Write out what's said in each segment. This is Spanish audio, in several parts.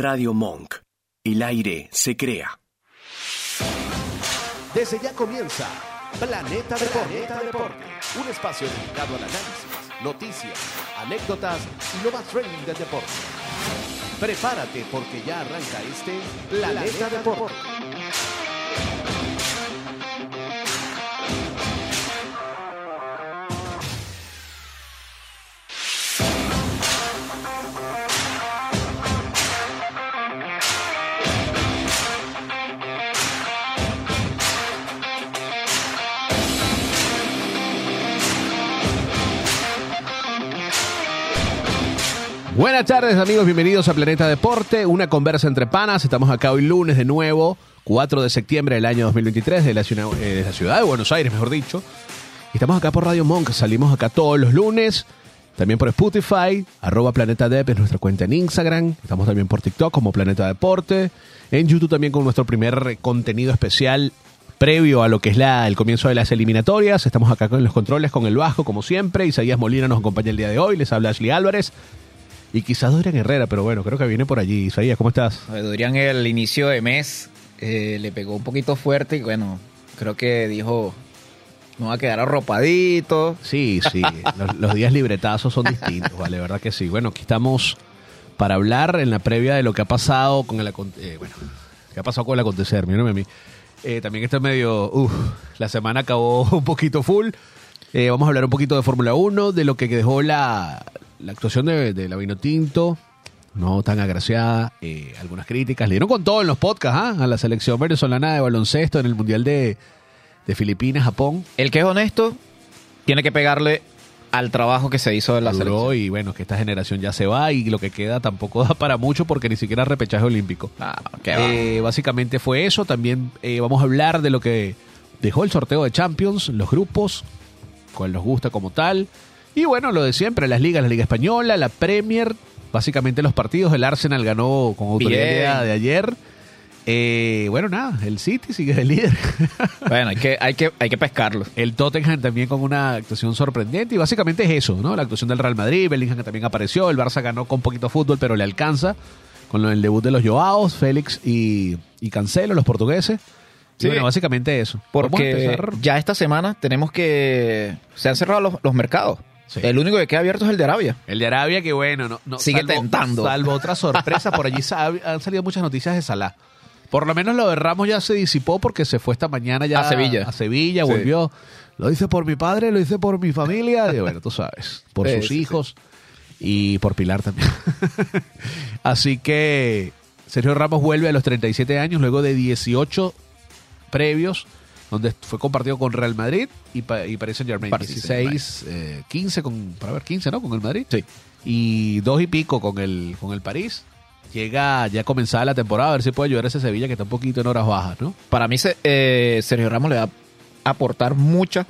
Radio Monk. El aire se crea. Desde ya comienza Planeta Deporte, un espacio dedicado al análisis, noticias, anécdotas y lo más trending del deporte. Prepárate porque ya arranca este Planeta Deporte. Buenas tardes, amigos, bienvenidos a Planeta Deporte, una conversa entre panas. Estamos acá hoy lunes de nuevo, 4 de septiembre del año 2023, de la ciudad de Buenos Aires, mejor dicho. Y estamos acá por Radio Monk, salimos acá todos los lunes, también por Spotify, @PlanetaDep es nuestra cuenta en Instagram. Estamos también por TikTok como Planeta Deporte, en YouTube también con nuestro primer contenido especial previo a lo que es el comienzo de las eliminatorias. Estamos acá con los controles, con el Vasco, como siempre. Isaías Molina nos acompaña el día de hoy, les habla Ashley Álvarez. Y quizás Dorian Herrera, pero bueno, creo que viene por allí. Isaías, ¿cómo estás? Dorian, el inicio de mes le pegó un poquito fuerte y bueno, creo que dijo, me va a quedar arropadito. Sí, los días libretazos son distintos, vale, verdad que sí. Bueno, aquí estamos para hablar en la previa de lo que ha pasado con el acontecer, mírame a mí. También está medio, la semana acabó un poquito full. Vamos a hablar un poquito de Fórmula 1, de lo que dejó la actuación de la Vinotinto, no tan agraciada, algunas críticas. Le dieron con todo en los podcasts a la selección venezolana de baloncesto en el Mundial de Filipinas, Japón. El que es honesto tiene que pegarle al trabajo que se hizo de la selección. Y bueno, que esta generación ya se va y lo que queda tampoco da para mucho porque ni siquiera repechaje olímpico. Básicamente fue eso. También vamos a hablar de lo que dejó el sorteo de Champions, los grupos, cuál nos gusta como tal. Y bueno, lo de siempre, las ligas, la Liga Española, la Premier, básicamente los partidos. El Arsenal ganó con autoridad de ayer. Bueno, nada, el City sigue de líder. Bueno, hay que pescarlo. El Tottenham también con una actuación sorprendente. Y básicamente es eso, ¿no? La actuación del Real Madrid, Bellingham también apareció. El Barça ganó con poquito fútbol, pero le alcanza. Con el debut de los Joaos, Félix y Cancelo, los portugueses. Sí, y bueno, básicamente eso. Porque ya esta semana se han cerrado los mercados. Sí. El único que queda abierto es el de Arabia. El de Arabia que bueno, no sigue tentando. Salvo otra sorpresa, por allí han salido muchas noticias de Salah. Por lo menos lo de Ramos ya se disipó porque se fue esta mañana ya a Sevilla, volvió. Lo hice por mi padre, lo hice por mi familia. Y bueno, tú sabes, por sus hijos y por Pilar también. Así que Sergio Ramos vuelve a los 37 años luego de 18 previos, donde fue compartido con Real Madrid y Paris Saint-Germain. 15 15, ¿no? Con el Madrid. Sí. Y 2 y pico con el París. Llega ya comenzada la temporada, a ver si puede ayudar a ese Sevilla que está un poquito en horas bajas, ¿no? Para mí Sergio Ramos le va a aportar mucha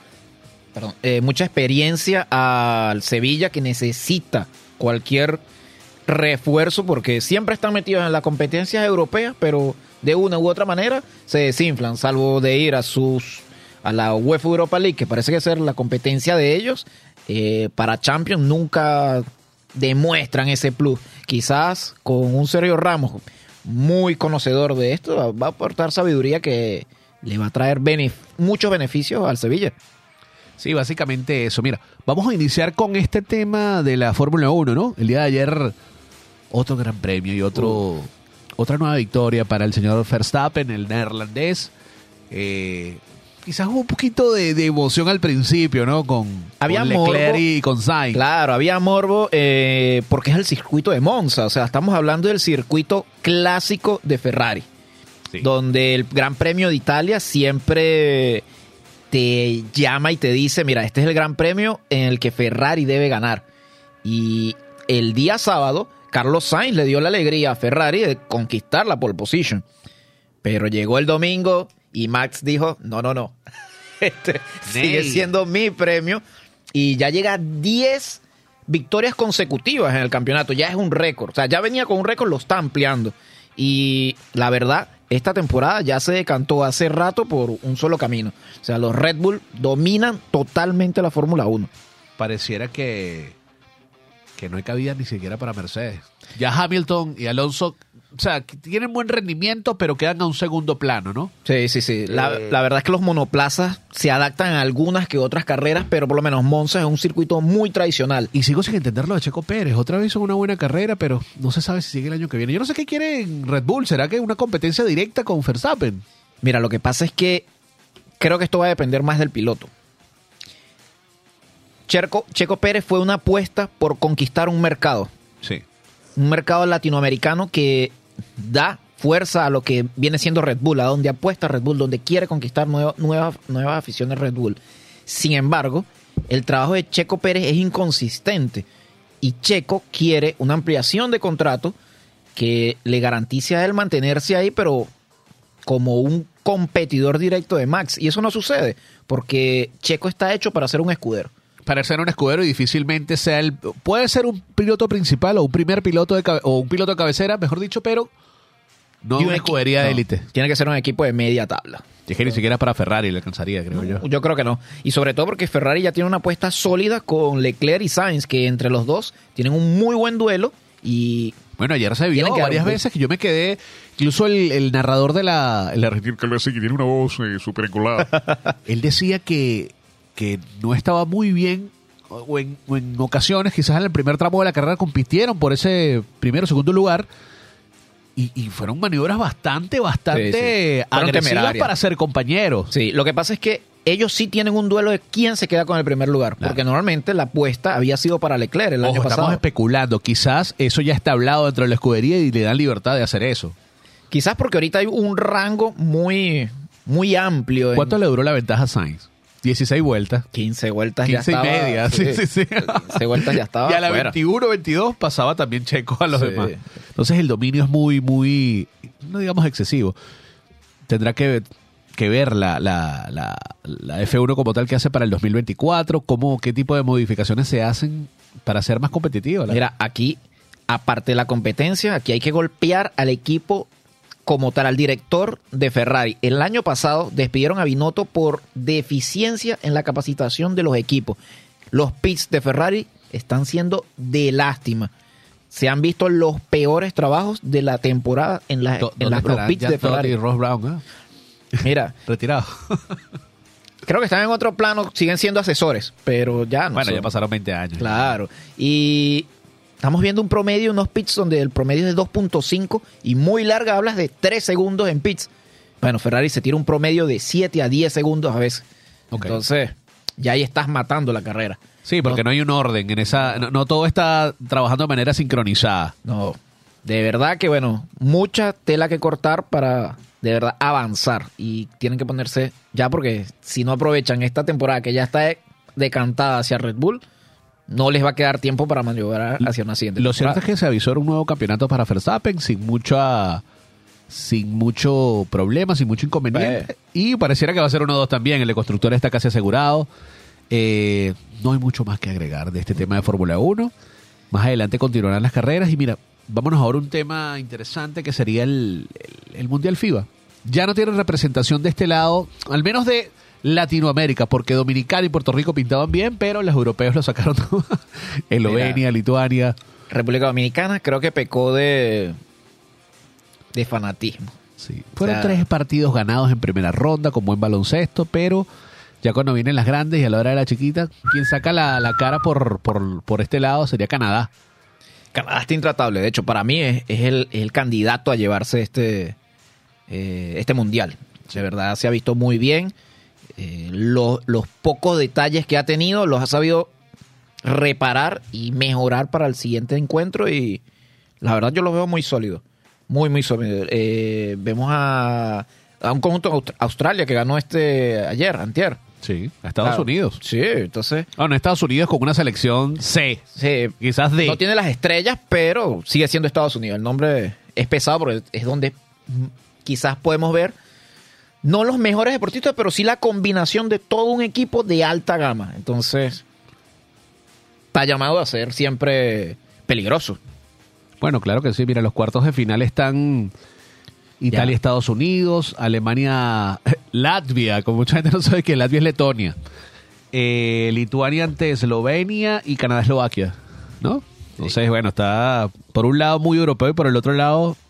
experiencia al Sevilla, que necesita cualquier refuerzo porque siempre están metidos en las competencias europeas, pero de una u otra manera se desinflan, salvo de ir a la UEFA Europa League, que parece que ser la competencia de ellos. Para Champions nunca demuestran ese plus. Quizás con un Sergio Ramos muy conocedor de esto va a aportar sabiduría que le va a traer muchos beneficios al Sevilla. Sí, básicamente eso. Mira, vamos a iniciar con este tema de la Fórmula 1, ¿no? El día de ayer otro gran premio y otra nueva victoria para el señor Verstappen, el neerlandés. Quizás hubo un poquito de emoción al principio, ¿no? Con Leclerc morbo, y con Sainz. Claro, había morbo porque es el circuito de Monza. O sea, estamos hablando del circuito clásico de Ferrari. Sí. Donde el Gran Premio de Italia siempre te llama y te dice, mira, este es el Gran Premio en el que Ferrari debe ganar. Y el día sábado, Carlos Sainz le dio la alegría a Ferrari de conquistar la pole position. Pero llegó el domingo y Max dijo, no. Sigue siendo mi premio. Y ya llega a 10 victorias consecutivas en el campeonato. Ya es un récord. O sea, ya venía con un récord, lo está ampliando. Y la verdad, esta temporada ya se decantó hace rato por un solo camino. O sea, los Red Bull dominan totalmente la Fórmula 1. Pareciera que no hay cabida ni siquiera para Mercedes. Ya Hamilton y Alonso o sea, que tienen buen rendimiento, pero quedan a un segundo plano, ¿no? Sí. La verdad es que los monoplazas se adaptan a algunas que otras carreras, pero por lo menos Monza es un circuito muy tradicional. Y sigo sin entender lo de Checo Pérez. Otra vez hizo una buena carrera, pero no se sabe si sigue el año que viene. Yo no sé qué quiere en Red Bull. ¿Será que una competencia directa con Verstappen? Mira, lo que pasa es que creo que esto va a depender más del piloto. Checo Pérez fue una apuesta por conquistar un mercado. Sí. Un mercado latinoamericano que da fuerza a lo que viene siendo Red Bull, a donde apuesta Red Bull, donde quiere conquistar nuevas aficiones Red Bull. Sin embargo, el trabajo de Checo Pérez es inconsistente y Checo quiere una ampliación de contrato que le garantice a él mantenerse ahí, pero como un competidor directo de Max. Y eso no sucede, porque Checo está hecho para ser un escudero. Para ser un escudero y difícilmente sea puede ser un piloto principal o un primer piloto o un piloto de cabecera, mejor dicho, pero no una escudería de élite. Tiene que ser un equipo de media tabla. Es que ni siquiera para Ferrari le alcanzaría, creo yo. Yo creo que no. Y sobre todo porque Ferrari ya tiene una apuesta sólida con Leclerc y Sainz, que entre los dos tienen un muy buen duelo y... Bueno, ayer se vio varias veces que yo me quedé, incluso el narrador de el argentino que tiene una voz súper encolada. Él decía que no estaba muy bien, o en ocasiones, quizás en el primer tramo de la carrera compitieron por ese primero o segundo lugar, y fueron maniobras bastante sí. agresivas para ser compañeros. Sí, lo que pasa es que ellos sí tienen un duelo de quién se queda con el primer lugar, porque normalmente la apuesta había sido para Leclerc el año pasado. Estamos especulando, quizás eso ya está hablado dentro de la escudería y le dan libertad de hacer eso. Quizás porque ahorita hay un rango muy, muy amplio. ¿Cuánto le duró la ventaja a Sainz? 16 vueltas. 15 vueltas 15 ya estaba. 15 y media, sí. 15 vueltas ya estaba. Y a la fuera. 21, 22 pasaba también Checo a los demás. Entonces el dominio es muy, muy, no digamos excesivo. Tendrá que ver la F1 como tal que hace para el 2024, qué tipo de modificaciones se hacen para ser más competitiva. Mira, aquí, aparte de la competencia, aquí hay que golpear al equipo como tal, al director de Ferrari. El año pasado despidieron a Binotto por deficiencia en la capacitación de los equipos. Los pits de Ferrari están siendo de lástima. Se han visto los peores trabajos de la temporada en los pits de Ferrari. Y Ross Brown, Mira, retirado. Creo que están en otro plano, siguen siendo asesores, pero ya no. Bueno, ya pasaron 20 años. Claro. Y estamos viendo un promedio, unos pits donde el promedio es de 2.5 y muy larga, hablas de 3 segundos en pits. Bueno, Ferrari se tira un promedio de 7 a 10 segundos a veces. Okay. Entonces, ya ahí estás matando la carrera. Sí, porque no hay un orden en esa. No todo está trabajando de manera sincronizada. No. De verdad que, bueno, mucha tela que cortar para de verdad avanzar. Y tienen que ponerse ya, porque si no aprovechan esta temporada que ya está decantada hacia Red Bull, no les va a quedar tiempo para maniobrar hacia una siguiente temporada. Lo cierto es que se avisó un nuevo campeonato para Verstappen sin mucho problema, sin mucho inconveniente. Y pareciera que va a ser 1-2 también. El de constructores está casi asegurado. No hay mucho más que agregar de este tema de Fórmula 1. Más adelante continuarán las carreras. Y mira, vámonos ahora a un tema interesante que sería el Mundial FIBA. Ya no tiene representación de este lado, al menos de Latinoamérica, porque Dominicana y Puerto Rico pintaban bien, pero los europeos lo sacaron Eslovenia, Lituania. República Dominicana creo que pecó de fanatismo. Sí. Fueron 3 partidos ganados en primera ronda con buen baloncesto, pero ya cuando vienen las grandes y a la hora de la chiquita, quien saca la cara por este lado sería Canadá. Canadá está intratable. De hecho, para mí es el candidato a llevarse este mundial. De verdad se ha visto muy bien. Los pocos detalles que ha tenido los ha sabido reparar y mejorar para el siguiente encuentro, y la verdad yo los veo muy sólidos. Muy, muy sólidos. Vemos a un conjunto Australia que ganó antier. Sí, a Estados Unidos. Sí, entonces... Bueno, Estados Unidos con una selección C. Sí, quizás D. No tiene las estrellas, pero sigue siendo Estados Unidos. El nombre es pesado porque es donde quizás podemos ver, no los mejores deportistas, pero sí la combinación de todo un equipo de alta gama. Entonces, está llamado a ser siempre peligroso. Bueno, claro que sí. Mira, los cuartos de final están Italia, Estados Unidos, Alemania, Latvia, como mucha gente no sabe que Latvia es Letonia, Lituania ante Eslovenia y Canadá, Eslovaquia, ¿no? Entonces, bueno, está por un lado muy europeo y por el otro lado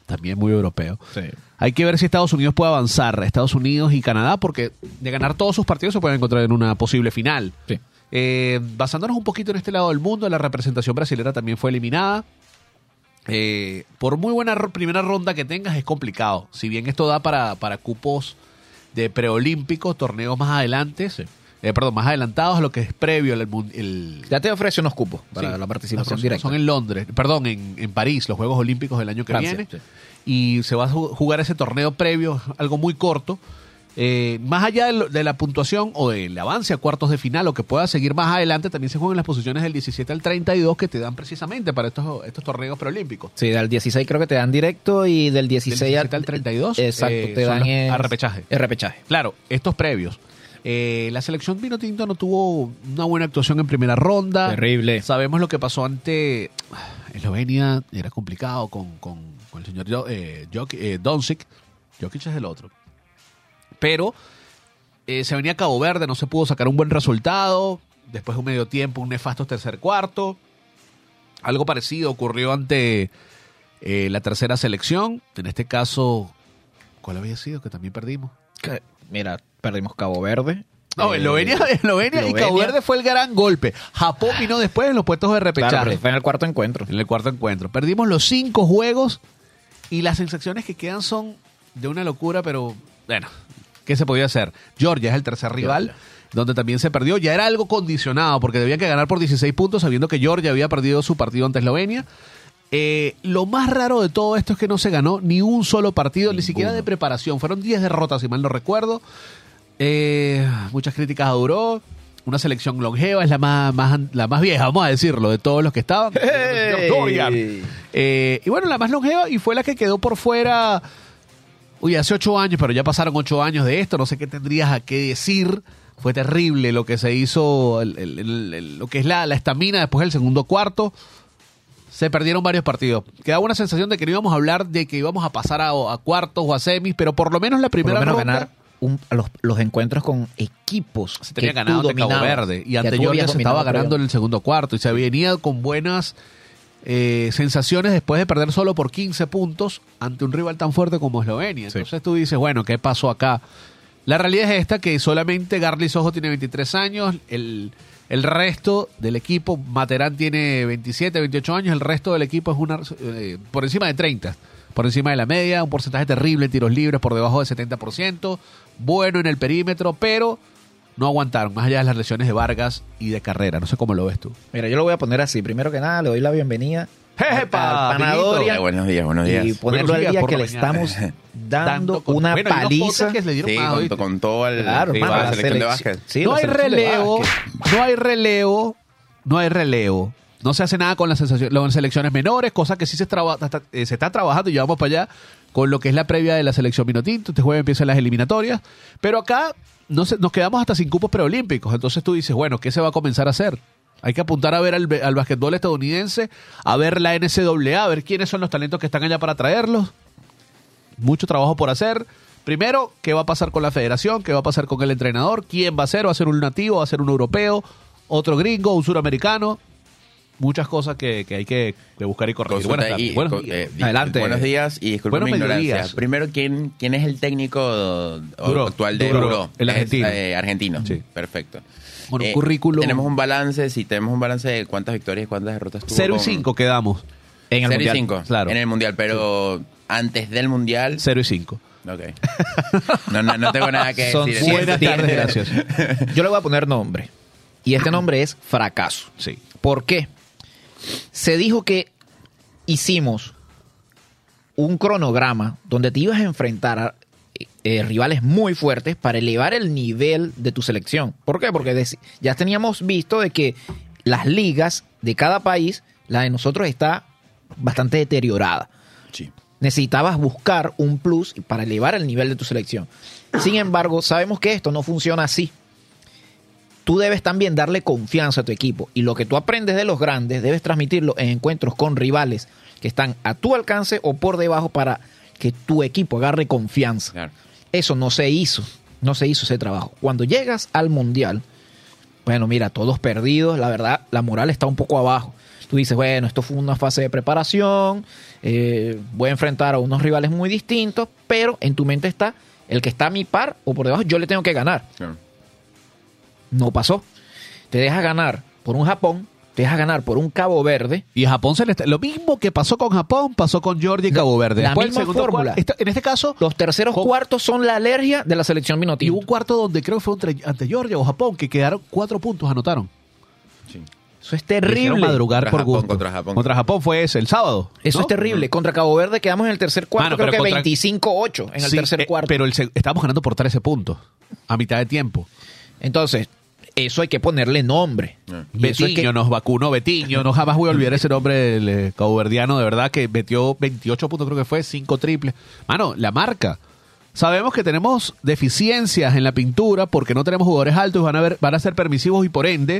también muy europeo. Sí. Hay que ver si Estados Unidos puede avanzar, Estados Unidos y Canadá, porque de ganar todos sus partidos se pueden encontrar en una posible final. Sí. Basándonos un poquito en este lado del mundo, la representación brasilera también fue eliminada. Por muy buena primera ronda que tengas, es complicado. Si bien esto da para cupos de preolímpicos, torneos más adelante, más adelantados a lo que es previo Ya te ofrece unos cupos para sí, la participación directa. Son en Londres, en París, los Juegos Olímpicos del año que Francia, viene. sí. Y se va a jugar ese torneo previo, algo muy corto. Más allá de la puntuación o del avance a cuartos de final o que pueda seguir más adelante, también se juegan las posiciones del 17 al 32 que te dan precisamente para estos torneos preolímpicos. Sí, del 16 creo que te dan directo y del 16 del 17 al 32 exacto, te dan a repechaje. El repechaje. Claro, estos previos. La selección vinotinto no tuvo una buena actuación en primera ronda. Terrible. Sabemos lo que pasó ante Eslovenia, era complicado con el señor Doncic. Jokic es el otro. Pero se venía Cabo Verde, no se pudo sacar un buen resultado. Después de un medio tiempo, un nefasto tercer cuarto. Algo parecido ocurrió ante la tercera selección. En este caso, ¿cuál había sido? Que también perdimos. Mira, perdimos Cabo Verde. No, Eslovenia y Cabo Verde fue el gran golpe. Japón vino después en los puestos de repechaje. Claro, pero fue en el cuarto encuentro. En el cuarto encuentro. Perdimos los 5 juegos y las sensaciones que quedan son de una locura, pero bueno, ¿qué se podía hacer? Georgia es el tercer rival, donde también se perdió. Ya era algo condicionado porque debían que ganar por 16 puntos sabiendo que Georgia había perdido su partido ante Eslovenia. Lo más raro de todo esto es que no se ganó ni un solo partido, ni siquiera de preparación. Fueron 10 derrotas, si mal no recuerdo. Muchas críticas a Duró. Una selección longeva, es la más vieja, vamos a decirlo, de todos los que estaban. Y bueno, la más longeva y fue la que quedó por fuera. Hace 8 años, pero ya pasaron 8 años de esto. No sé qué tendrías a qué decir. Fue terrible lo que se hizo, lo que es la estamina después del segundo cuarto. Se perdieron varios partidos. Quedaba una sensación de que no íbamos a hablar de que íbamos a pasar a cuartos o a semis, pero por lo menos la primera ronda ganar los encuentros con equipos se tenía ganado ante Cabo Verde y ante Georgia se estaba ganando en el segundo cuarto y se venía con buenas sensaciones después de perder solo por 15 puntos ante un rival tan fuerte como Eslovenia. Entonces tú dices, bueno, ¿qué pasó acá? La realidad es esta, que solamente Garly Sojo tiene 23 años, el resto del equipo, Materán tiene 27, 28 años, el resto del equipo es por encima de 30, por encima de la media, un porcentaje terrible en tiros libres, por debajo del 70%, bueno en el perímetro, pero no aguantaron, más allá de las lesiones de Vargas y de Carrera. No sé cómo lo ves tú. Mira, yo lo voy a poner así. Primero que nada, le doy la bienvenida al Panadoria. Buenos días. Y ponerlo al día que le estamos dando una paliza. Que le dieron sí, más, con todo el claro, la selección de básquet. Sí, no hay relevo. No se hace nada con las selecciones menores, cosa que sí se está trabajando y ya vamos para allá con lo que es la previa de la selección Vinotinto. Este jueves empiezan las eliminatorias, pero acá nos quedamos hasta sin cupos preolímpicos. Entonces tú dices, bueno, ¿qué se va a comenzar a hacer? Hay que apuntar a ver al basquetbol estadounidense, a ver la NCAA, a ver quiénes son los talentos que están allá para traerlos. Mucho trabajo por hacer. Primero, ¿qué va a pasar con la federación? ¿Qué va a pasar con el entrenador? ¿Quién va a ser? ¿Va a ser un nativo? ¿Va a ser un europeo? ¿Otro gringo? ¿Un suramericano? Muchas cosas que hay que buscar y corregir. Buenas tardes. Adelante. Buenos días y disculpen mi ignorancia. Días. Primero, ¿quién es el técnico actual de Duró? El argentino. Argentino. Sí. Perfecto. Bueno, currículum. Tenemos un balance de cuántas victorias y cuántas derrotas tuvo. 0 y 5 quedamos. En el 0 y mundial. 5 claro. En el mundial, pero antes del mundial. 0 y 5. Ok. No tengo nada que Son decir. Buenas tardes, gracias. Yo le voy a poner nombre. Y este nombre es fracaso. Sí. ¿Por qué? Se dijo que hicimos un cronograma donde te ibas a enfrentar a rivales muy fuertes para elevar el nivel de tu selección. ¿Por qué? Porque ya teníamos visto de que las ligas de cada país, la de nosotros está bastante deteriorada. Sí. Necesitabas buscar un plus para elevar el nivel de tu selección. Sin embargo, sabemos que esto no funciona así. Tú debes también darle confianza a tu equipo. Y lo que tú aprendes de los grandes, debes transmitirlo en encuentros con rivales que están a tu alcance o por debajo para que tu equipo agarre confianza. Claro. Eso no se hizo. No se hizo ese trabajo. Cuando llegas al Mundial, bueno, mira, todos perdidos. La verdad, la moral está un poco abajo. Tú dices, bueno, esto fue una fase de preparación, voy a enfrentar a unos rivales muy distintos, pero en tu mente está el que está a mi par o por debajo, yo le tengo que ganar. Claro. No pasó. Te dejas ganar por un Japón, te dejas ganar por un Cabo Verde. Y a Japón lo mismo que pasó con Japón, pasó con Georgia y Cabo Verde. La Después, misma el segundo fórmula. en este caso, Los terceros cuartos son la alergia de la selección y vinotinto. un cuarto donde creo que fue ante Georgia o Japón, que quedaron 4 puntos, anotaron. Sí. Eso es Hicieron terrible. madrugar Contra por Japón, gusto. contra Japón. Contra Japón fue ese, el sábado. Eso ¿no? es terrible. Contra Cabo Verde quedamos en el tercer cuarto, Mano, creo pero que contra- 25-8 en el Sí, tercer cuarto. Pero estábamos ganando por 13 puntos a mitad de tiempo. Entonces, eso hay que ponerle nombre. Y eso es Betiño nos vacunó, Betiño, no jamás voy a olvidar ese nombre del caboverdiano, de verdad que metió 28 puntos, creo que fue, 5 triples. Mano, la marca. Sabemos que tenemos deficiencias en la pintura porque no tenemos jugadores altos, van a ser permisivos y por ende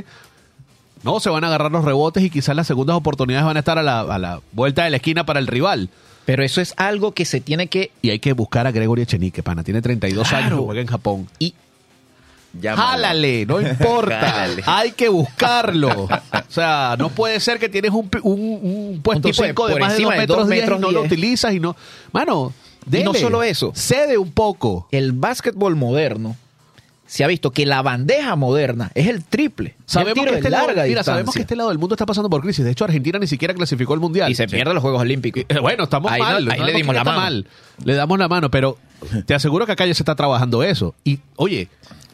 no se van a agarrar los rebotes y quizás las segundas oportunidades van a estar a la vuelta de la esquina para el rival. Pero eso es algo que se tiene que... Y hay que buscar a Gregory Echenique, pana. Tiene 32 Claro. años, juega en Japón. Y Llámalo. Jálale, no importa. Jálale. Hay que buscarlo. O sea, no puede ser que tienes un puesto Un tipo de 5 de por más de 2 encima de metros 2 10 y metros no lo 10. utilizas y no... Mano, Y no dele. solo eso. Cede un poco. el básquetbol moderno, se ha visto que la bandeja moderna es el triple. Sabemos el tiro que de este larga lado, mira, distancia. sabemos que este lado del mundo está pasando por crisis. De hecho, Argentina ni siquiera clasificó al Mundial. Y se pierde los Juegos Olímpicos. Bueno, estamos Ahí mal. no- ahí no le sabemos dimos quién la está mano. mal. Le damos la mano, pero te aseguro que acá ya se está trabajando eso. Y, oye,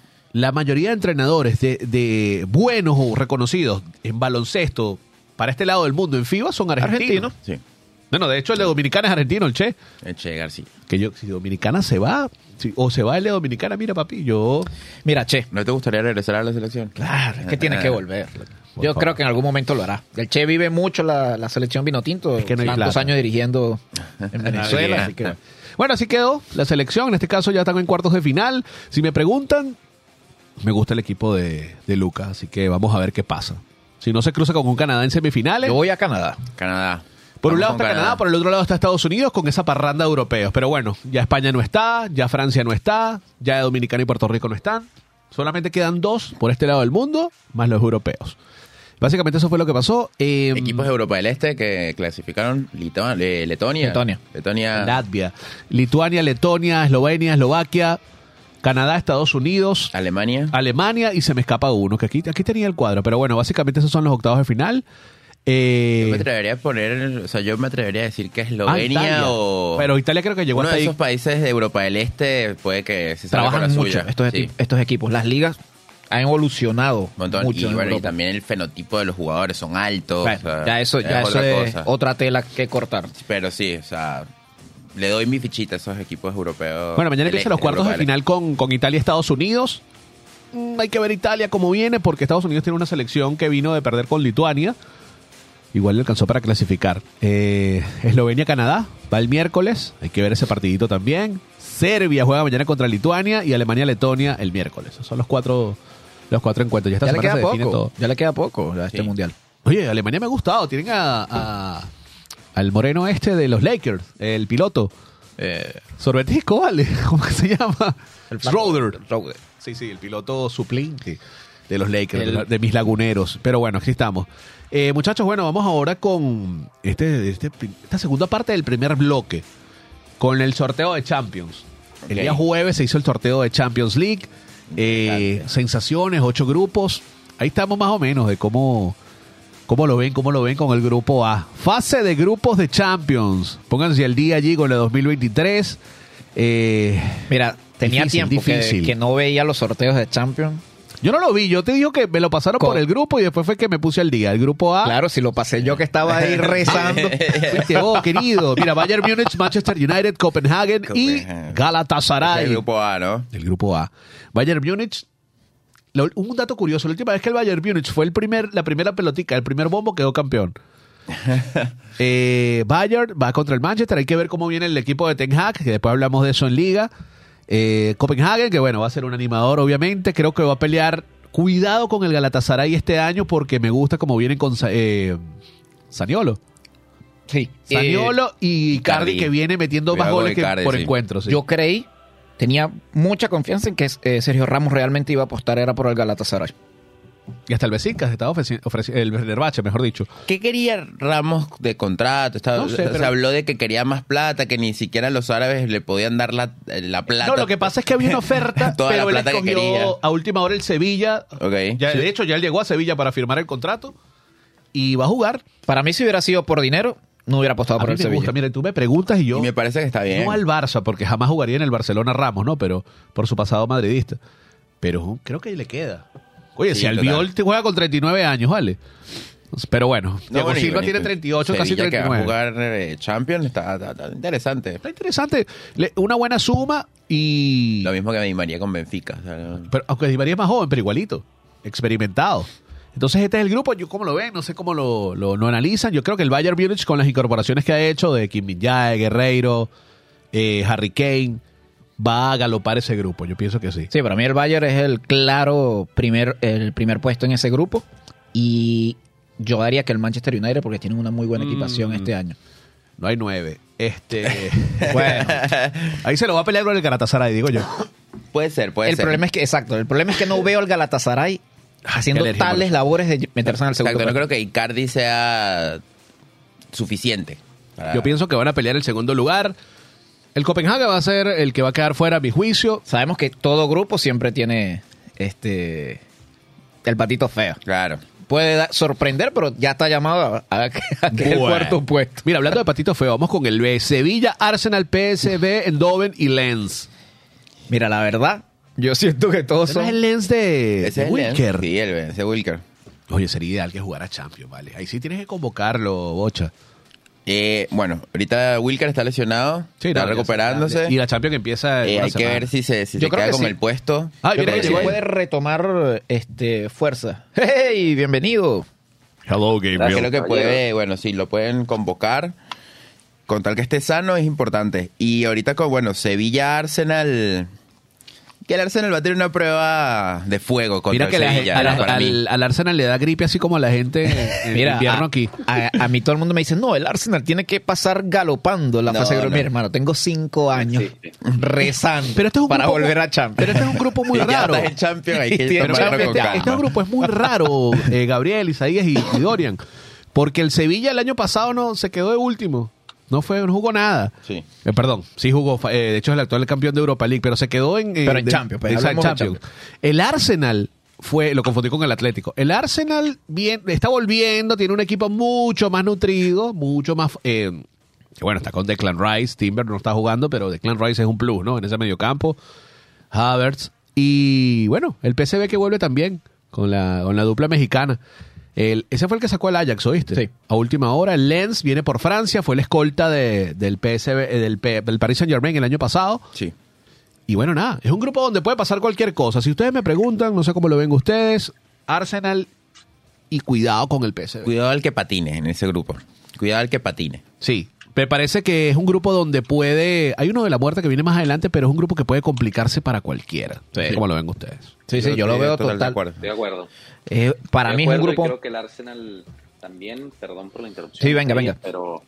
la mayoría de entrenadores de buenos o reconocidos en baloncesto para este lado del mundo, en FIBA, son argentinos. Sí. Bueno, de hecho, el de Dominicana es argentino, el Che. Che García. Que yo, si Dominicana se va, o se va el de Dominicana, mira, papi, yo... Mira, Che, ¿No te gustaría regresar a la selección? claro, es que tiene que volver. Por Yo favor. creo que en algún momento lo hará. El Che vive mucho la selección vinotinto. Es que no hay tantos plata. años dirigiendo en Venezuela. Bien. Así que... Bueno, así quedó la selección. En este caso ya están en cuartos de final. Si me preguntan, me gusta el equipo de Lucas, así que vamos a ver qué pasa. Si no se cruza con un Canadá en semifinales. Yo voy a Canadá. Canadá. Por un Vamos lado con está Canadá, por el otro lado está Estados Unidos con esa parranda de europeos. Pero bueno, ya España no está, ya Francia no está, ya Dominicana y Puerto Rico no están. Solamente quedan 2 por este lado del mundo, más los europeos. Básicamente eso fue lo que pasó. Equipos de Europa del Este que clasificaron Letonia. Latvia, Lituania, Letonia, Eslovenia, Eslovaquia, Canadá, Estados Unidos, Alemania y se me escapa uno, que aquí tenía el cuadro. Pero bueno, básicamente esos son los octavos de final. Yo me atrevería a yo me atrevería a decir que Eslovenia Italia. o... Pero Italia creo que llegó uno hasta de ahí. esos países de Europa del Este puede que se salga Trabajan con la mucho suya. Sí. estos equipos. Las ligas han evolucionado Un montón. mucho. Y en bueno, y Europa. también el fenotipo de los jugadores son altos. Bueno, o sea, ya eso otra es cosa. otra tela que cortar. Pero sí, o sea, le doy mi fichita a esos equipos europeos. Bueno, mañana del empiezan los este, cuartos de Europa del final con Italia y Estados Unidos. Hay que ver Italia cómo viene, porque Estados Unidos tiene una selección que vino de perder con Lituania. Igual le alcanzó para clasificar. Eslovenia-Canadá va el miércoles. Hay que ver ese partidito también. Serbia juega mañana contra Lituania y Alemania-Letonia el miércoles. Esos son los cuatro encuentros. Ya esta Ya le semana queda se define todo. poco. Ya le queda poco a este Sí. mundial. Oye, Alemania me ha gustado. Tienen al moreno este de los Lakers, el piloto. Sorbetisco, ¿vale? ¿Cómo que se llama? Schroeder. Sí, el piloto suplente de los Lakers, de mis laguneros. Pero bueno, aquí estamos. Muchachos, bueno, vamos ahora con esta segunda parte del primer bloque, con el sorteo de Champions. El día jueves se hizo el sorteo de Champions League. Sensaciones, 8 grupos. Ahí estamos más o menos de cómo lo ven con el grupo A. Fase de grupos de Champions. Pónganse al día allí con la 2023. Mira, tenía Difícil, tiempo difícil. que no veía los sorteos de Champions. Yo no lo vi, yo te digo que me lo pasaron por el grupo y después fue que me puse al día. El grupo A. Claro, si lo pasé yo que estaba ahí rezando. Fuiste vos, querido. Mira, Bayern Múnich, Manchester United, Copenhagen y Copenhagen. Galatasaray. El grupo A, ¿no? El grupo A. Bayern Múnich. Un dato curioso, la última vez que el Bayern Múnich fue la primera pelotica, el primer bombo, quedó campeón. Bayern va contra el Manchester, hay que ver cómo viene el equipo de Ten Hag, que después hablamos de eso en Liga. Copenhagen, que bueno, va a ser un animador obviamente, creo que va a pelear, cuidado con el Galatasaray este año porque me gusta cómo vienen con Zaniolo. Sí. Zaniolo y Icardi, que viene metiendo más Cuidado con goles que Icardi, por sí. encuentro. Sí. Yo tenía mucha confianza en que Sergio Ramos realmente iba a apostar era por el Galatasaray. Y hasta el Besiktas estaba el Fenerbahce, mejor dicho. ¿Qué quería Ramos de contrato? No sé, Se habló de que quería más plata, que ni siquiera los árabes le podían dar la plata. No, lo que pasa es que había una oferta, Toda pero la él plata que escogió quería. a última hora el Sevilla. Ok. Ya, de hecho, ya él llegó a Sevilla para firmar el contrato y va a jugar. Para mí, si hubiera sido por dinero, no hubiera apostado A por mí el me Sevilla. gusta, mira, tú me preguntas y yo... Y me parece que está bien. No al Barça, porque jamás jugaría en el Barcelona Ramos, ¿no? Pero por su pasado madridista. Pero creo que le queda. Oye, Sí, si Albiol total. te juega con 39 años, ¿vale? Pero bueno, Thiago bueno, Silva y tiene 38, casi Sevilla 39. que va a jugar Champions está interesante. Está interesante. Una buena suma y... Lo mismo que Di María con Benfica. O sea, Pero, aunque Di María es más joven, pero igualito. Experimentado. Entonces este es el grupo, ¿cómo lo ven? No sé cómo lo analizan. Yo creo que el Bayern Múnich, con las incorporaciones que ha hecho de Kim Min-jae, Guerreiro, Harry Kane, va a galopar ese grupo. Yo pienso que sí. Sí, para mí el Bayern es el claro el primer puesto en ese grupo. Y yo daría que el Manchester United, porque tienen una muy buena equipación este año. No hay 9. Bueno, Ahí se lo va a pelear con el Galatasaray, digo yo. puede ser. el problema es que no veo al Galatasaray haciendo qué alergia, tales por labores de meterse en el segundo Exacto, no puesto. creo que Icardi sea suficiente. Yo pienso que van a pelear el segundo lugar. El Copenhague va a ser el que va a quedar fuera, a mi juicio. Sabemos que todo grupo siempre tiene el patito feo. Claro. Puede sorprender, pero ya está llamado a que es el cuarto puesto. Mira, hablando de patito feo, vamos con el B. Sevilla, Arsenal, PSV, Eindhoven y Lens. Mira, la verdad, yo siento que todos ¿Ese no son... es el Lens de Ese es el Wilker? Sí, ese Wilker. Oye, sería ideal que jugara Champions, ¿vale? Ahí sí tienes que convocarlo, Bocha. Bueno, ahorita Wilker está lesionado, Sí, está no, recuperándose. Y la Champions empieza en una Hay que semana. ver si se Yo creo queda que con sí. el puesto. Ah, Yo mira creo que que sí llegó puede retomar fuerza. ¡Hey! Bienvenido. Hello, Gabriel. Creo que puede, bueno, sí, lo pueden convocar. Con tal que esté sano es importante. Y ahorita con, Sevilla-Arsenal... Que el Arsenal va a tener una prueba de fuego contra Mira que el Sevilla. para mí. al Arsenal le da gripe así como a la gente en Mira, invierno aquí. A mí todo el mundo me dice, no, el Arsenal tiene que pasar galopando la No, fase de grupo. no. Mira, hermano, tengo 5 años rezando Pero este es un para grupo- volver a Champions. Pero este es un grupo muy Ya raro. estás en Champions, hay que Pero tomarlo con Este es un calma. grupo es muy raro, Gabriel, Isaías y Dorian. Porque el Sevilla el año pasado no se quedó de último. No jugó nada. Sí. Perdón, sí jugó. De hecho, es el actual campeón de Europa League, pero se quedó en Champions, pues, exacto, hablemos de Champions. El Arsenal lo confundí con el Atlético. El Arsenal está volviendo, tiene un equipo mucho más nutrido, mucho más... que bueno, está con Declan Rice, Timber no está jugando, pero Declan Rice es un plus, ¿no? En ese mediocampo. Havertz. Y bueno, el PSV que vuelve también con la dupla mexicana. Ese fue el que sacó el Ajax, ¿oíste? Sí. A última hora. El Lens viene por Francia, fue el escolta del PSV, del Paris Saint-Germain el año pasado. Sí. Y bueno, nada, es un grupo donde puede pasar cualquier cosa. Si ustedes me preguntan, no sé cómo lo ven ustedes, Arsenal y cuidado con el PSV. Cuidado al que patine en ese grupo. Cuidado al que patine. Sí, me parece que es un grupo donde puede... Hay uno de la muerte que viene más adelante, pero es un grupo que puede complicarse para cualquiera. No sé cómo lo ven ustedes. Sí, yo lo veo total de total. acuerdo. Estoy de acuerdo. Para De mí es un acuerdo, y grupo... creo que el Arsenal también, perdón por la interrupción. Sí, venga. Pero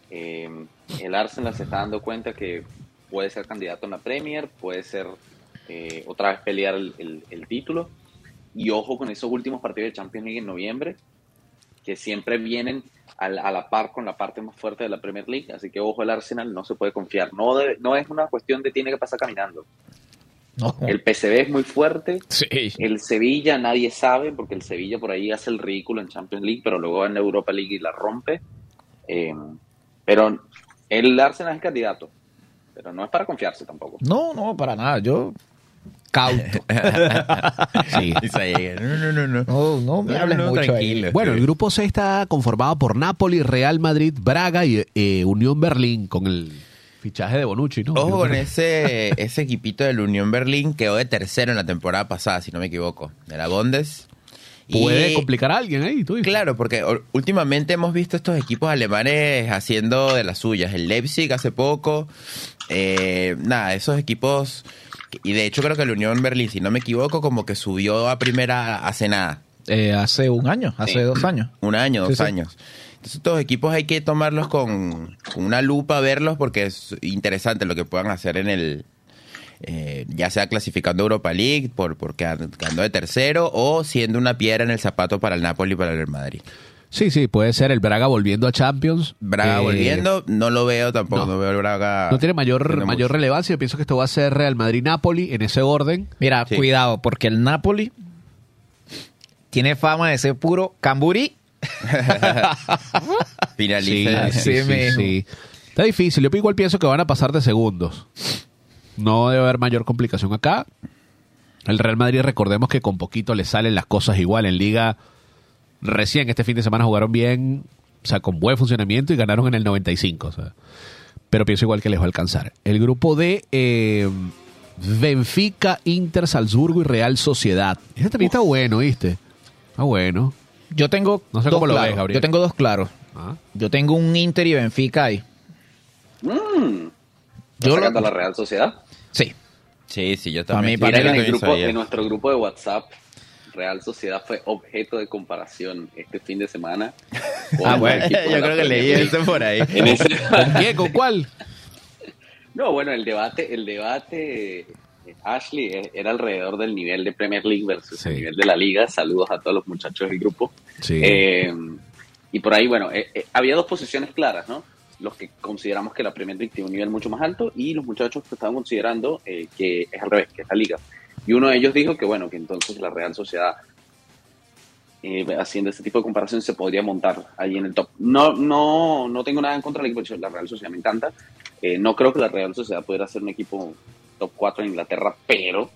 el Arsenal se está dando cuenta que puede ser candidato en la Premier, puede ser otra vez pelear el título. Y ojo con esos últimos partidos de Champions League en noviembre, que siempre vienen a la par con la parte más fuerte de la Premier League. Así que ojo, el Arsenal no se puede confiar. No es una cuestión de tiene que pasar caminando. No. El PSV es muy fuerte. Sí. El Sevilla nadie sabe, porque el Sevilla por ahí hace el ridículo en Champions League, pero luego en la Europa League y la rompe. Pero el Arsenal es candidato, pero no es para confiarse tampoco. No, para nada. Yo... Cauto. Sí. No me hables mucho ahí. tranquilo. Bueno, el grupo C está conformado por Napoli, Real Madrid, Braga y Unión Berlín con el fichaje de Bonucci, ¿no? Ojo con ese equipito del Unión Berlín, quedó de tercero en la temporada pasada, si no me equivoco, de la Bundes. Puede Y- complicar a alguien ahí, tú dices. Claro, porque últimamente hemos visto estos equipos alemanes haciendo de las suyas. El Leipzig hace poco. Esos equipos... Y de hecho creo que el Unión Berlín, si no me equivoco, como que subió a primera hace nada. Hace un año, hace 2 años. Un año, Sí, dos sí. años. Entonces estos equipos hay que tomarlos con una lupa, verlos, porque es interesante lo que puedan hacer en ya sea clasificando a Europa League por quedando de tercero o siendo una piedra en el zapato para el Napoli y para el Real Madrid. Sí, puede ser el Braga volviendo a Champions. Braga volviendo, no lo veo tampoco, no veo el Braga. No tiene mayor relevancia. Yo pienso que esto va a ser Real Madrid-Napoli en ese orden. Mira, Sí. cuidado, porque el Napoli tiene fama de ser puro Camburí. Finaliza. Sí, mijo. Está difícil. Yo igual pienso que van a pasar de segundos. No debe haber mayor complicación acá. El Real Madrid, recordemos que con poquito le salen las cosas igual. En Liga, recién este fin de semana jugaron bien, o sea, con buen funcionamiento y ganaron en el 95. O sea, pero pienso igual que les va a alcanzar. El grupo de Benfica, Inter, Salzburgo y Real Sociedad. Este también está bueno, ¿viste? Está bueno. Yo tengo No sé dos cómo lo claros. ves, Gabriel. Yo tengo dos claros. Ah. Yo tengo un Inter y Benfica ahí. ¿Yo sacando a la Real Sociedad? Sí. Sí, yo Para mí, también. para Mira que mí en nuestro grupo de WhatsApp, Real Sociedad fue objeto de comparación este fin de semana. con Ah, el bueno, equipo de Yo la creo que leí Premier League. eso por ahí. En ese- ¿Con quién? ¿Con cuál? No, bueno, el debate, Ashley, era alrededor del nivel de Premier League versus el nivel de la Liga. Saludos a todos los muchachos del grupo. Sí. Y por ahí, bueno, había dos posiciones claras, ¿no? Los que consideramos que la Premier League tiene un nivel mucho más alto y los muchachos que estaban considerando que es al revés, que es la Liga. Y uno de ellos dijo que, bueno, que entonces la Real Sociedad, haciendo este tipo de comparación, se podría montar ahí en el top. No tengo nada en contra del equipo, la Real Sociedad me encanta. No creo que la Real Sociedad pudiera ser un equipo top 4 en Inglaterra, pero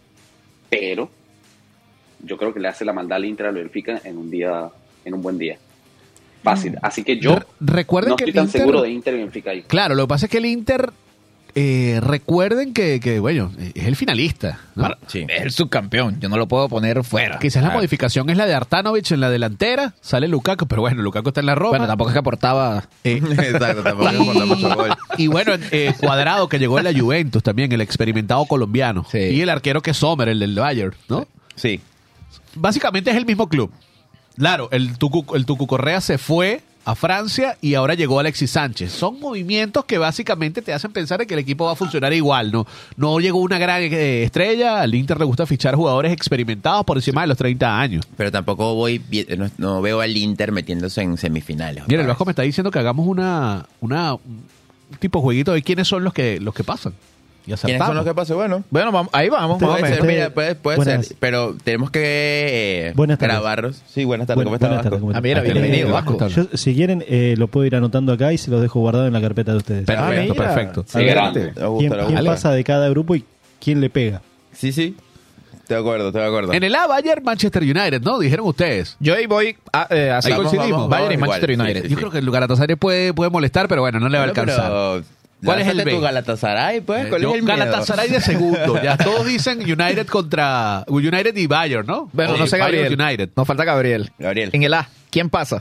yo creo que le hace la maldad al Inter al Benfica en un buen día. Fácil. Así que yo Recuerden no que estoy el tan Inter- seguro de Inter y Benfica ahí. Claro, lo que pasa es que el Inter, recuerden que, bueno, es el finalista, ¿no? Sí. Es el subcampeón. Yo no lo puedo poner fuera. Quizás la Claro. modificación es la de Artanovic en la delantera, sale Lukaku, pero bueno, Lukaku está en la Roma. Bueno, tampoco es que aportaba. Exacto, tampoco le importa mucho gol. Y bueno, Cuadrado, que llegó de la Juventus también, el experimentado colombiano. Sí. Y el arquero que es Sommer, el del Bayern, ¿no? Sí. Básicamente es el mismo club. Claro, el Tucu Correa se fue a Francia y ahora llegó Alexis Sánchez. Son movimientos que básicamente te hacen pensar que el equipo va a funcionar igual, ¿no? No llegó una gran estrella, al Inter le gusta fichar jugadores experimentados por encima de los 30 años. Pero tampoco no veo al Inter metiéndose en semifinales. Mira, el otra Vasco me está diciendo que hagamos un tipo jueguito de quiénes son los que pasan. Y vez. ¿Quiénes son los que pasan? Bueno, Bueno, ahí vamos. puede Más o ser, menos. mira, puede Buenas. ser. Pero tenemos que Buenas tardes. grabarlos. Sí, buenas tardes. ¿Cómo Buenas estás, tardes, Vasco? ¿cómo Ah, mira, estás? bienvenido, Vasco. Yo, si quieren, lo puedo ir anotando acá y se los dejo guardado en la carpeta de ustedes. Perfecto, mira. perfecto. A ver, grande. Me gusta, ¿Quién, me quién gusta. pasa de cada grupo y quién le pega? Sí. Estoy de acuerdo. En el A, Bayern, Manchester United, ¿no? Dijeron ustedes. Yo ahí voy así. Ahí coincidimos. Bayern y igual, Manchester sí, United. sí, Yo creo que el Galatasaray puede molestar, pero bueno, no le va a alcanzar. ¿Cuál es el B? tu Galatasaray, pues? ¿Cuál Yo, es el miedo? Galatasaray de segundo. Ya todos dicen United contra United y Bayern, ¿no? Bueno, Oye, no sé, Bayern Gabriel. United. Nos falta Gabriel. Gabriel. En el A, ¿quién pasa?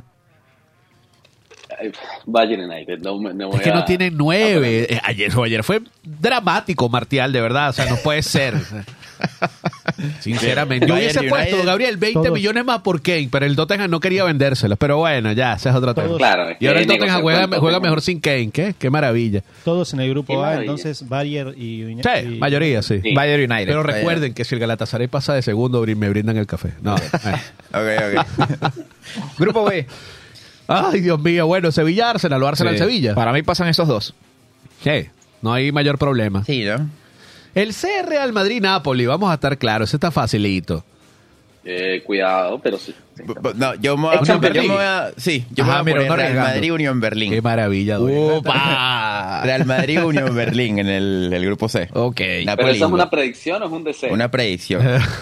Bayern United. No voy Es que no a- tiene 9. Ayer fue dramático, Martial, de verdad. O sea, no puede ser. Sinceramente. Yo Bayern hubiese puesto, United, Gabriel, 20 todos. millones más por Kane, pero el Tottenham no quería vendérselos. Pero bueno, ya, ese es otro tema. Todos. Claro. es Y ahora que el Tottenham negociar juega con el Tottenham. mejor sin Kane. Qué maravilla. Todos en el grupo Qué A, maravilla. entonces Bayern y Sí, mayoría, sí. Sí. Bayern United. Pero recuerden que si el Galatasaray pasa de segundo, me brindan el café. No. Ok. Grupo B. Ay, Dios mío. Bueno, Sevilla, Arsenal o Arsenal, Sí. Sevilla. Para mí pasan esos dos. Sí, no hay mayor problema. Sí, ¿no? El C Real Madrid-Napoli, vamos a estar claros, ese está facilito. Cuidado, pero sí. No, yo me voy Unión a... Berlín. Yo me Ajá, voy a mira, poner no Real arriesgando. Madrid, Unión Berlín. Qué maravilla, güey. ¡Opa! Real Madrid, Unión Berlín en el grupo C. Ok. Napoli, ¿Pero eso es una predicción o es un deseo? Una predicción.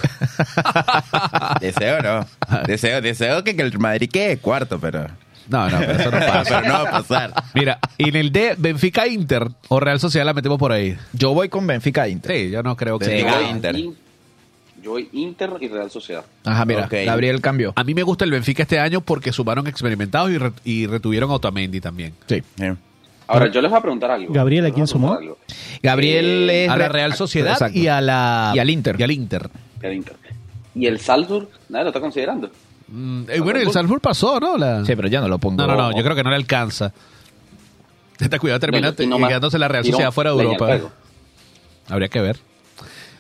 Deseo, ¿no? Deseo que el Madrid quede cuarto, pero Pero eso no pasa. no va a pasar. Mira, y en el D, Benfica-Inter o Real Sociedad la metemos por ahí. Yo voy con Benfica Inter. Sí, yo no creo que... Sí. Yo voy Inter. Yo voy Inter y Real Sociedad. Ajá, mira, Ok. Gabriel cambió. A mí me gusta el Benfica este año porque sumaron experimentados y retuvieron a Otamendi también. Sí. Ahora, yo les voy a preguntar algo. Gabriel, ¿a quién Les voy sumó? preguntar algo. Gabriel es A la Real Sociedad Exacto. y al Inter. Y al Inter. El Inter. ¿Y el Salzburg? Nadie lo está considerando. Bueno, el Salzburg pasó, ¿no? Sí, pero ya no lo pongo. No, yo creo que no le alcanza. Cuidado, termina No, y no más- quedándose la Real y no Sociedad fuera de leña al Europa. fuego. Habría que ver.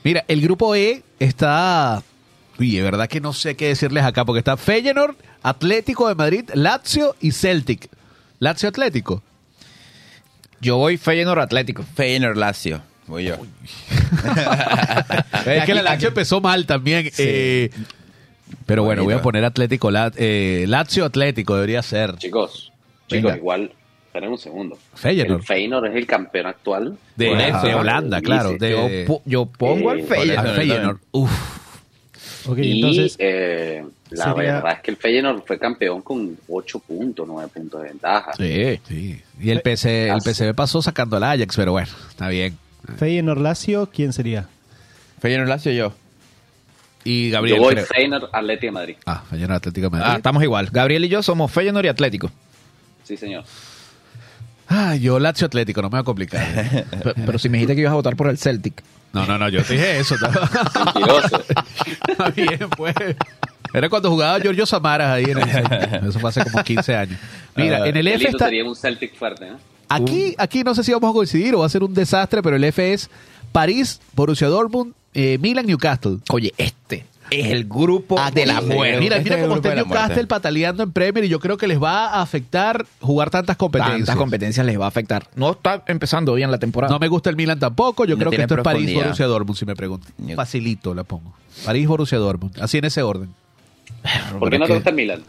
Mira, el grupo E está... Uy, de verdad que no sé qué decirles acá, porque está Feyenoord, Atlético de Madrid, Lazio y Celtic. Lazio Atlético. Yo voy Feyenoord Atlético. Feyenoord Lazio. Voy yo. Es que la Lazio empezó mal también. Sí. Pero bueno, voy a Bonito. poner Atlético, Lazio Atlético debería ser. Chicos, Venga. igual, esperen un segundo. Feyenoord. El Feyenoord es el campeón actual. De Holanda, claro. Sí, De, Yo pongo al Feyenoord. al Feyenoord. Uf. Ok, Y entonces, la sería- verdad es que el Feyenoord fue campeón con 8 puntos, 9 puntos de ventaja. Sí. Sí. Y el PSV pasó sacando al Ajax, pero bueno, está bien. Feyenoord Lazio, ¿quién sería? Feyenoord Lazio yo. Y Gabriel, Yo voy creo. Feyenoord Atlético de Madrid. Feyenoord Atlético de Madrid. Ah, estamos igual. Gabriel y yo somos Feyenoord y Atlético. Sí, señor. Yo Lazio Atlético, no me va a complicar. Pero si me dijiste que ibas a votar por el Celtic. No, yo te dije eso. Mentiroso. Está bien, pues. Era cuando jugaba Giorgio Samaras ahí en el Celtic. Eso fue hace como 15 años. Mira, en el Qué F lindo está... sería un Celtic fuerte, ¿no? Aquí no sé si vamos a coincidir o va a ser un desastre, pero el F es París, Borussia Dortmund, Milan, Newcastle. Oye, este es el grupo de la muerte. Mira Este es el cómo grupo está de la Newcastle muerte. pataleando en Premier y yo creo que les va a afectar jugar tantas competencias. Tantas competencias les va a afectar. No está empezando bien la temporada. No me gusta el Milan tampoco. Yo No creo que tiene esto es París, profundidad. Borussia Dortmund, si me preguntan. Yo- Facilito la pongo. París, Borussia Dortmund. Así en ese orden. ¿Por qué no te gusta el Milan?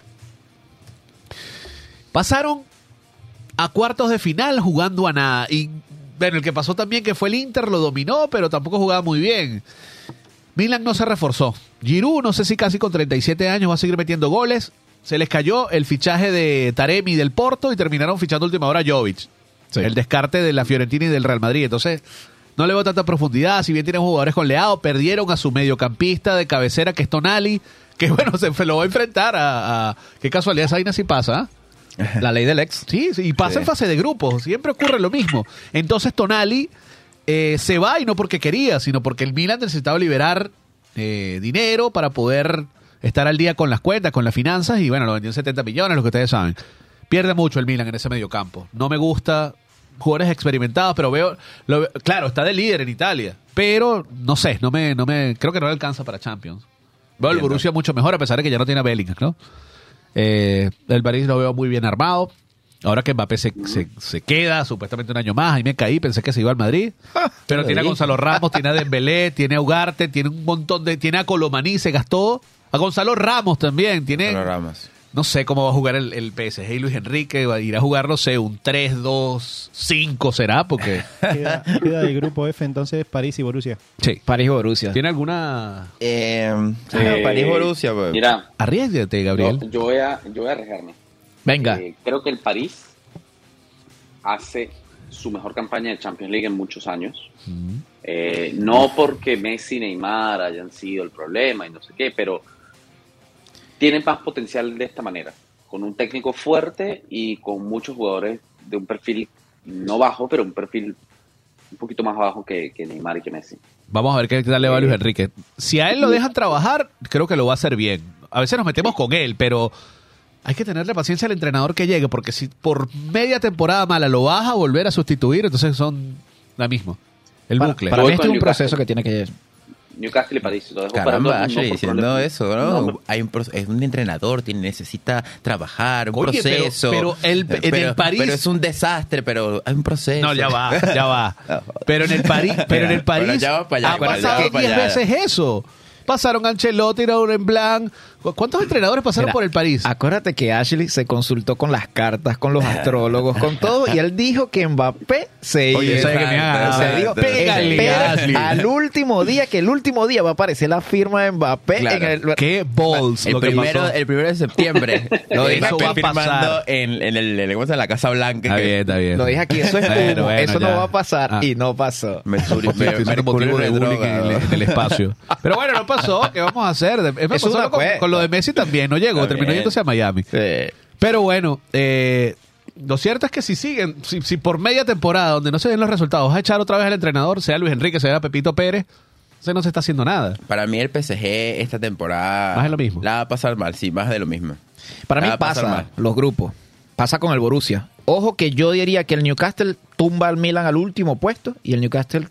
Pasaron a cuartos de final jugando a nada. Y bueno, el que pasó también que fue el Inter lo dominó, pero tampoco jugaba muy bien. Milan no se reforzó. Giroud, no sé si casi con 37 años va a seguir metiendo goles. Se les cayó el fichaje de Taremi del Porto y terminaron fichando a última hora a Jovic. Sí. El descarte de la Fiorentina y del Real Madrid. Entonces, no le veo tanta profundidad. Si bien tienen jugadores con Leao, perdieron a su mediocampista de cabecera, que es Tonali, que bueno, se lo va a enfrentar a qué casualidad, esa vaina sí pasa, ¿ah? La ley del ex. Sí, y pasa Sí. en fase de grupos, siempre ocurre lo mismo. Entonces Tonali se va y no porque quería, sino porque el Milan necesitaba liberar dinero para poder estar al día con las cuentas, con las finanzas, y bueno, lo vendió en 70 millones, lo que ustedes saben. Pierde mucho el Milan en ese medio campo. No me gusta jugadores experimentados, pero claro, está de líder en Italia, pero no sé, creo que no le alcanza para Champions. Veo el Entiendo. Borussia mucho mejor, a pesar de que ya no tiene a Bellingham, ¿no? El París lo veo muy bien armado. Ahora que Mbappé se queda supuestamente un año más, ahí me caí, pensé que se iba al Madrid. Pero tiene a Gonzalo Ramos, tiene a Dembélé, tiene a Ugarte, tiene un montón tiene a Colomani, se gastó. A Gonzalo Ramos también, tiene... Gonzalo Ramos. No sé cómo va a jugar el PSG y Luis Enrique, va a ir a jugar, no sé, un 3-2-5 será, porque... Queda del grupo F entonces París y Borussia. Sí. París Borussia. ¿Tiene alguna...? París Borussia, pues. Mira, Arriésgate, Gabriel. yo voy a arriesgarme. Venga. Creo que el París hace su mejor campaña de Champions League en muchos años. No porque Messi y Neymar hayan sido el problema y no sé qué, pero tienen más potencial de esta manera, con un técnico fuerte y con muchos jugadores de un perfil no bajo, pero un perfil un poquito más bajo que Neymar y que Messi. Vamos a ver qué tal le va a Luis Enrique. Si a él lo dejan trabajar, creo que lo va a hacer bien. A veces nos metemos con él, pero hay que tenerle paciencia al entrenador que llegue, porque si por media temporada mala lo vas a volver a sustituir, entonces son la misma. El bucle. Para Voy mí este es con un Newcastle. proceso que tiene que... Newcastle y París. Lo dejo para Caramba, no Ashley, por diciendo problemas. eso, ¿no? No, Hay es un entrenador, necesita trabajar, un Oye, proceso. pero en el París- Pero es un desastre, pero hay un proceso. No, ya va. Pero en el París, Bueno, ya va para allá, ha bueno, ya pasado va para 10 allá. veces eso. Pasaron Ancelotti, Laurent Blanc. ¿Cuántos entrenadores pasaron Mira, por el París? Acuérdate que Ashley se consultó con las cartas, con los astrólogos, con todo, y él dijo que Mbappé se iba. Oye, ¿sabe que me haga? Se dijo, Pégale, espera Ashley. al último día, que el último día va a aparecer la firma de Mbappé Claro. en el... Qué balls El lo que primero, pasó. el 1 de septiembre. Lo dije Eso va a firmando pasar. en ¿cómo se llama? La Casa Blanca. Está bien. Lo dije aquí, eso es humo, Bueno, eso no ya. va a pasar, Ah. y no pasó. Mercurio Estoy motivo de bullying en el espacio. Pero bueno, no pasó. ¿Qué vamos a hacer? Me Es pasó una apuesta. con lo de Messi también. No llegó. Está Terminó bien. yéndose a Miami. Sí. Pero bueno, lo cierto es que si por media temporada donde no se den los resultados, vas a echar otra vez al entrenador, sea Luis Enrique, sea Pepito Pérez, entonces no se está haciendo nada. Para mí el PSG esta temporada... Más de lo mismo. La va a pasar mal, sí, más de lo mismo. Para mí Va a pasar pasa mal. los grupos. Pasa con el Borussia. Ojo que yo diría que el Newcastle tumba al Milan al último puesto y el Newcastle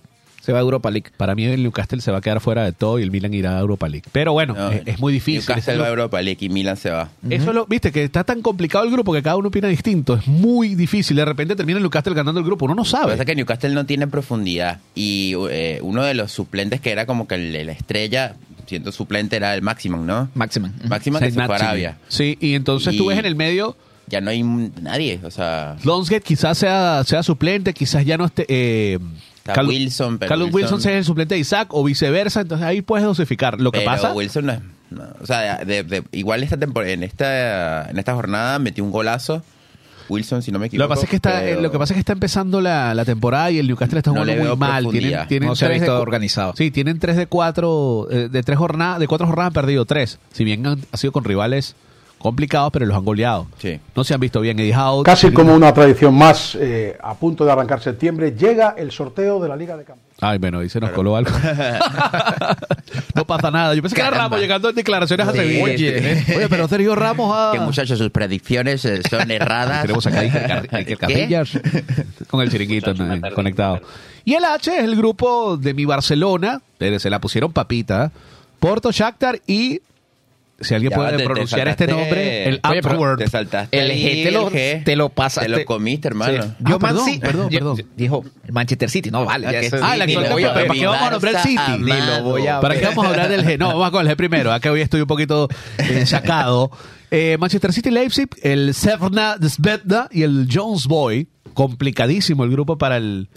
Se va a Europa League. Para mí el Newcastle se va a quedar fuera de todo y el Milan irá a Europa League. Pero bueno, No, es muy difícil. Newcastle va a Europa League y Milan se va. Eso es lo, viste, que está tan complicado el grupo que cada uno opina distinto. Es muy difícil. De repente termina el Newcastle ganando el grupo. Uno no Lo que sabe. pasa es que Newcastle no tiene profundidad y uno de los suplentes que era como que la estrella, siendo suplente, era el Maximum, ¿no? Máxima. Máxima que se fue a Saint-Maximin. Arabia. Sí, y entonces tú Y- ves en el medio, Ya no hay nadie, o sea... Lonsgate quizás sea suplente, quizás ya no esté... Está Wilson, pero Callum Wilson sea el suplente de Isaac o viceversa. Entonces ahí puedes dosificar. Lo que pero pasa... Wilson no es... no, o sea, igual esta temporada, en esta jornada metió un golazo. Wilson, si no me equivoco. Lo que pasa es que está empezando la temporada y el Newcastle está No jugando le muy veo mal. profundidad. No se ha tres visto de- organizado. Sí, tienen 3 de 4, de 4 jornadas han perdido 3. Si bien ha sido con rivales complicados, pero los han goleado. Sí. No se han visto bien. Eddie Howe, Casi como una tradición más, a punto de arrancar septiembre, llega el sorteo de la Liga de Campeones. Ay, bueno, ahí se nos coló algo. No pasa nada. Yo pensé que era Caramba. Ramos llegando en declaraciones a Sí. Sevilla. Oye, pero Sergio Ramos Que muchachos, sus predicciones son erradas. Tenemos acá a Iker ¿Qué? Casillas con el chiringuito conectado. Y el H es el grupo de mi Barcelona, pero se la pusieron papita. Porto, Shakhtar y, si alguien Ya, puede te pronunciar este saltaste- nombre, el Oye, pero Antwerp. Te saltaste El ahí G te lo pasaste. Te lo comiste, hermano. Sí. Ah, Yo, perdón, Man City- perdón. Dijo el Manchester City. No, vale. ya que eso- sí, Ah, la ni lo actual voy a campeón, ver. ¿para qué vamos a nombrar el City? Barça Ni lo voy a ¿Para qué vamos a hablar del G? No, vamos con el G primero. Acá hoy estoy un poquito sacado. Manchester City, Leipzig, el Sevna Zvezda y el Jones Boy. Complicadísimo el grupo para el...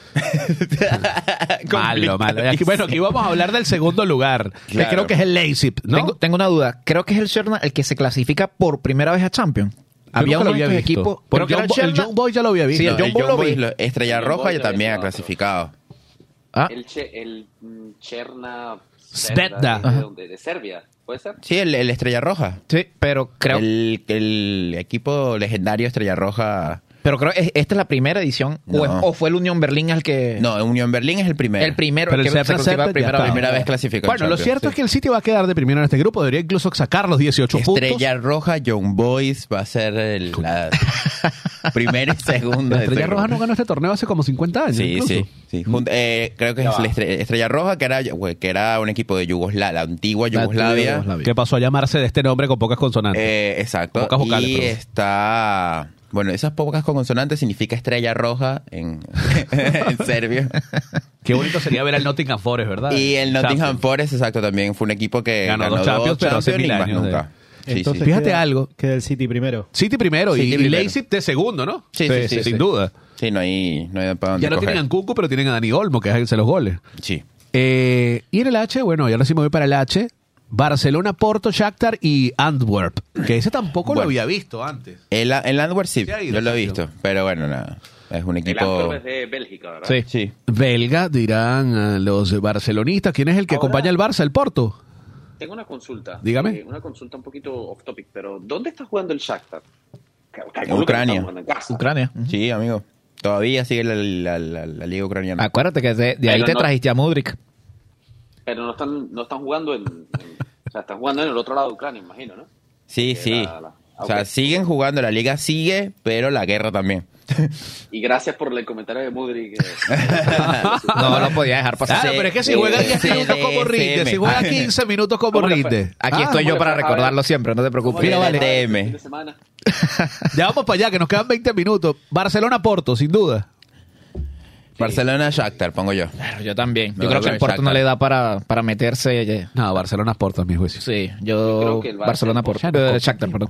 malo. Y aquí, bueno, aquí vamos a hablar del segundo lugar, que Claro. creo que es el Leipzig, ¿no? Tengo una duda. Creo que es el Sherna el que se clasifica por primera vez a Champions. Había Había uno uno de de estos estos equipos. Pero creo que era el John Boy ya lo había visto. Sí, No, el John Boy lo vi. Estrella El Roja Boy ya ya también ha había clasificado. Ah, El Cherna Zvezda. de Serbia, ¿puede ser? Sí, el Estrella Roja. sí, pero creo El equipo legendario Estrella Roja. esta es la primera edición. No. O fue el Unión Berlín el que... No, Unión Berlín es el primero. El primero, Pero el el que se Sevna clasifica Zvezda ya primera está. vez. Primera vez clasificó. en Bueno, lo Champions, cierto sí. es que el City va a quedar de primero en este grupo. Debería incluso sacar los 18 Estrella puntos. Roja, Young Boys va a ser la primera y segunda. de Estrella este Roja grupo. no ganó este torneo hace como 50 años. Sí, incluso. sí. Creo que es la Estrella Roja, que era un equipo de Yugoslavia, la antigua Yugoslavia. Que pasó a llamarse de este nombre con pocas consonantes. Exacto. Pocas vocales, y perdón. está... Bueno, esas pocas consonantes significa Estrella Roja en, en serbio. Qué bonito sería ver al Nottingham Forest, ¿verdad? Y el Nottingham Champions. Forest, exacto, también fue un equipo que Ganó dos Champions, pero hace Champions y mil más años de- nunca. Sí, Entonces sí. Fíjate algo. Queda el City primero. City primero City y primero. Leipzig de segundo, ¿no? Sí, sí, sin duda. Sí, no hay para dónde Ya no coger. tienen a Nkunku, pero tienen a Dani Olmo, que es el que hace los goles. Sí. Y en el H, bueno, y ahora sí me voy para el H. Barcelona, Porto, Shakhtar y Antwerp. Que ese tampoco lo Bueno. había visto antes. El Antwerp sí, Sí ha ido, yo lo he Sergio. visto. Pero bueno, nada. Es un El equipo... Antwerp es de Bélgica, ¿verdad? Sí. Sí. Belga, dirán los barcelonistas. ¿Quién es el que Ahora- acompaña al Barça? ¿El Porto? Tengo una consulta. Dígame. Una consulta un poquito off topic, pero ¿dónde está jugando el Shakhtar? En Ucrania. Está jugando en casa. Ucrania. Sí, amigo. Todavía sigue la liga ucraniana. Acuérdate que de ahí Pero te no- trajiste a Mudryk. Pero no están jugando o sea, están jugando en el otro lado de Ucrania, imagino, ¿no? Sí, Que sí. O sea, ok. siguen jugando, la liga sigue, pero la guerra también. Y gracias por el comentario de Mudryk. No lo podía dejar pasar. Claro, pero es que si juega 10 minutos como rinde, si juega 15 minutos como ¿Cómo le fue? rinde. Aquí Ah, estoy yo ¿cómo para le fue, recordarlo Javier? siempre, no te preocupes. Mira, vale. DM. Fin de semana. Ya vamos para allá, que nos quedan 20 minutos. Barcelona-Porto, sin duda. Barcelona, Shakhtar, pongo yo. Claro, yo también. No, Yo creo que no, el Porto no Shakhtar. le da para meterse. No, Barcelona-Porto, a mi juicio. Sí, Yo creo yo que el Barça Barcelona y por Porto. Shakhtar, perdón.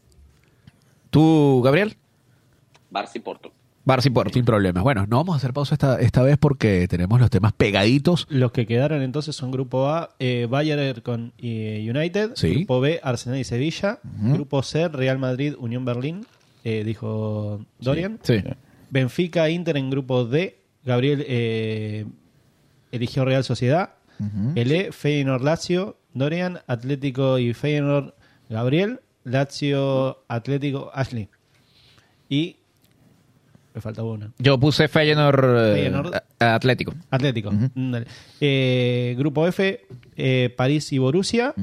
¿Tú, Gabriel? Barça y Porto. Barça y Porto. Sin problemas. Bueno, no vamos a hacer pausa esta vez porque tenemos los temas pegaditos. Los que quedaron entonces son Grupo A, Bayern con United. Sí. Grupo B, Arsenal y Sevilla. Grupo C, Real Madrid, Unión Berlín, dijo Dorian. Sí. Benfica, Inter en Grupo D. Gabriel eligió Real Sociedad. El E, Feyenoord, Lazio, Dorian, Atlético y Feyenoord, Gabriel, Lazio, Atlético, Ashley. Y me falta una. Yo puse Feyenoord, Feyenoord. Atlético. Atlético. Dale. Grupo F, París y Borussia.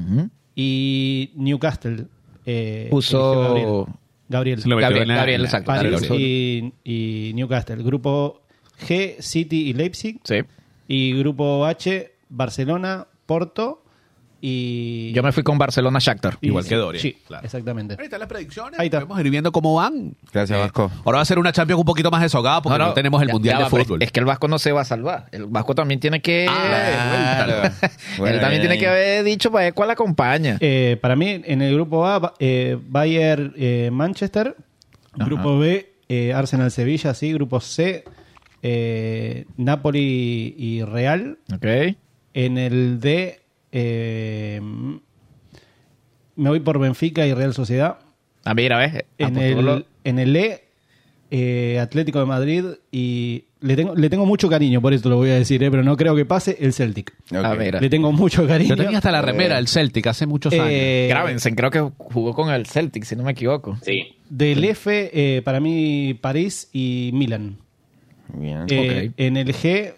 Y Newcastle. Puso eligió Gabriel. Se lo metió Gabriel, en la- Gabriel, en la- exacto. París Gabriel. y Newcastle. Grupo G, City y Leipzig. Sí. Y grupo H, Barcelona, Porto y... Yo me fui con Barcelona Shakhtar. y- igual que Dorian, Sí, claro. exactamente. Ahí están las predicciones. Ahí está. Podemos ir viendo cómo van. Gracias, Vasco. Ahora va a ser una Champions un poquito más desahogada porque no tenemos el ya- Mundial ya de va, pero Fútbol. Es que el Vasco no se va a salvar. El Vasco también tiene que... Claro. Bueno, Él también tiene que haber dicho para ver cuál acompaña. Para mí, en el grupo A, Bayern Manchester. Grupo B, Arsenal Sevilla, sí. Grupo C, Napoli y Real. Ok. En el D, me voy por Benfica y Real Sociedad. Ah, mira, ¿ves? En el E, Atlético de Madrid. Y le tengo mucho cariño, por esto lo voy a decir, pero no creo que pase el Celtic. Ok. Ah, mira. Le tengo mucho cariño. Yo tenía hasta la remera del Celtic hace muchos años. Gravensen, creo que jugó con el Celtic, si no me equivoco. Sí. Del F, para mí, París y Milan. Bien. Ok. En el G,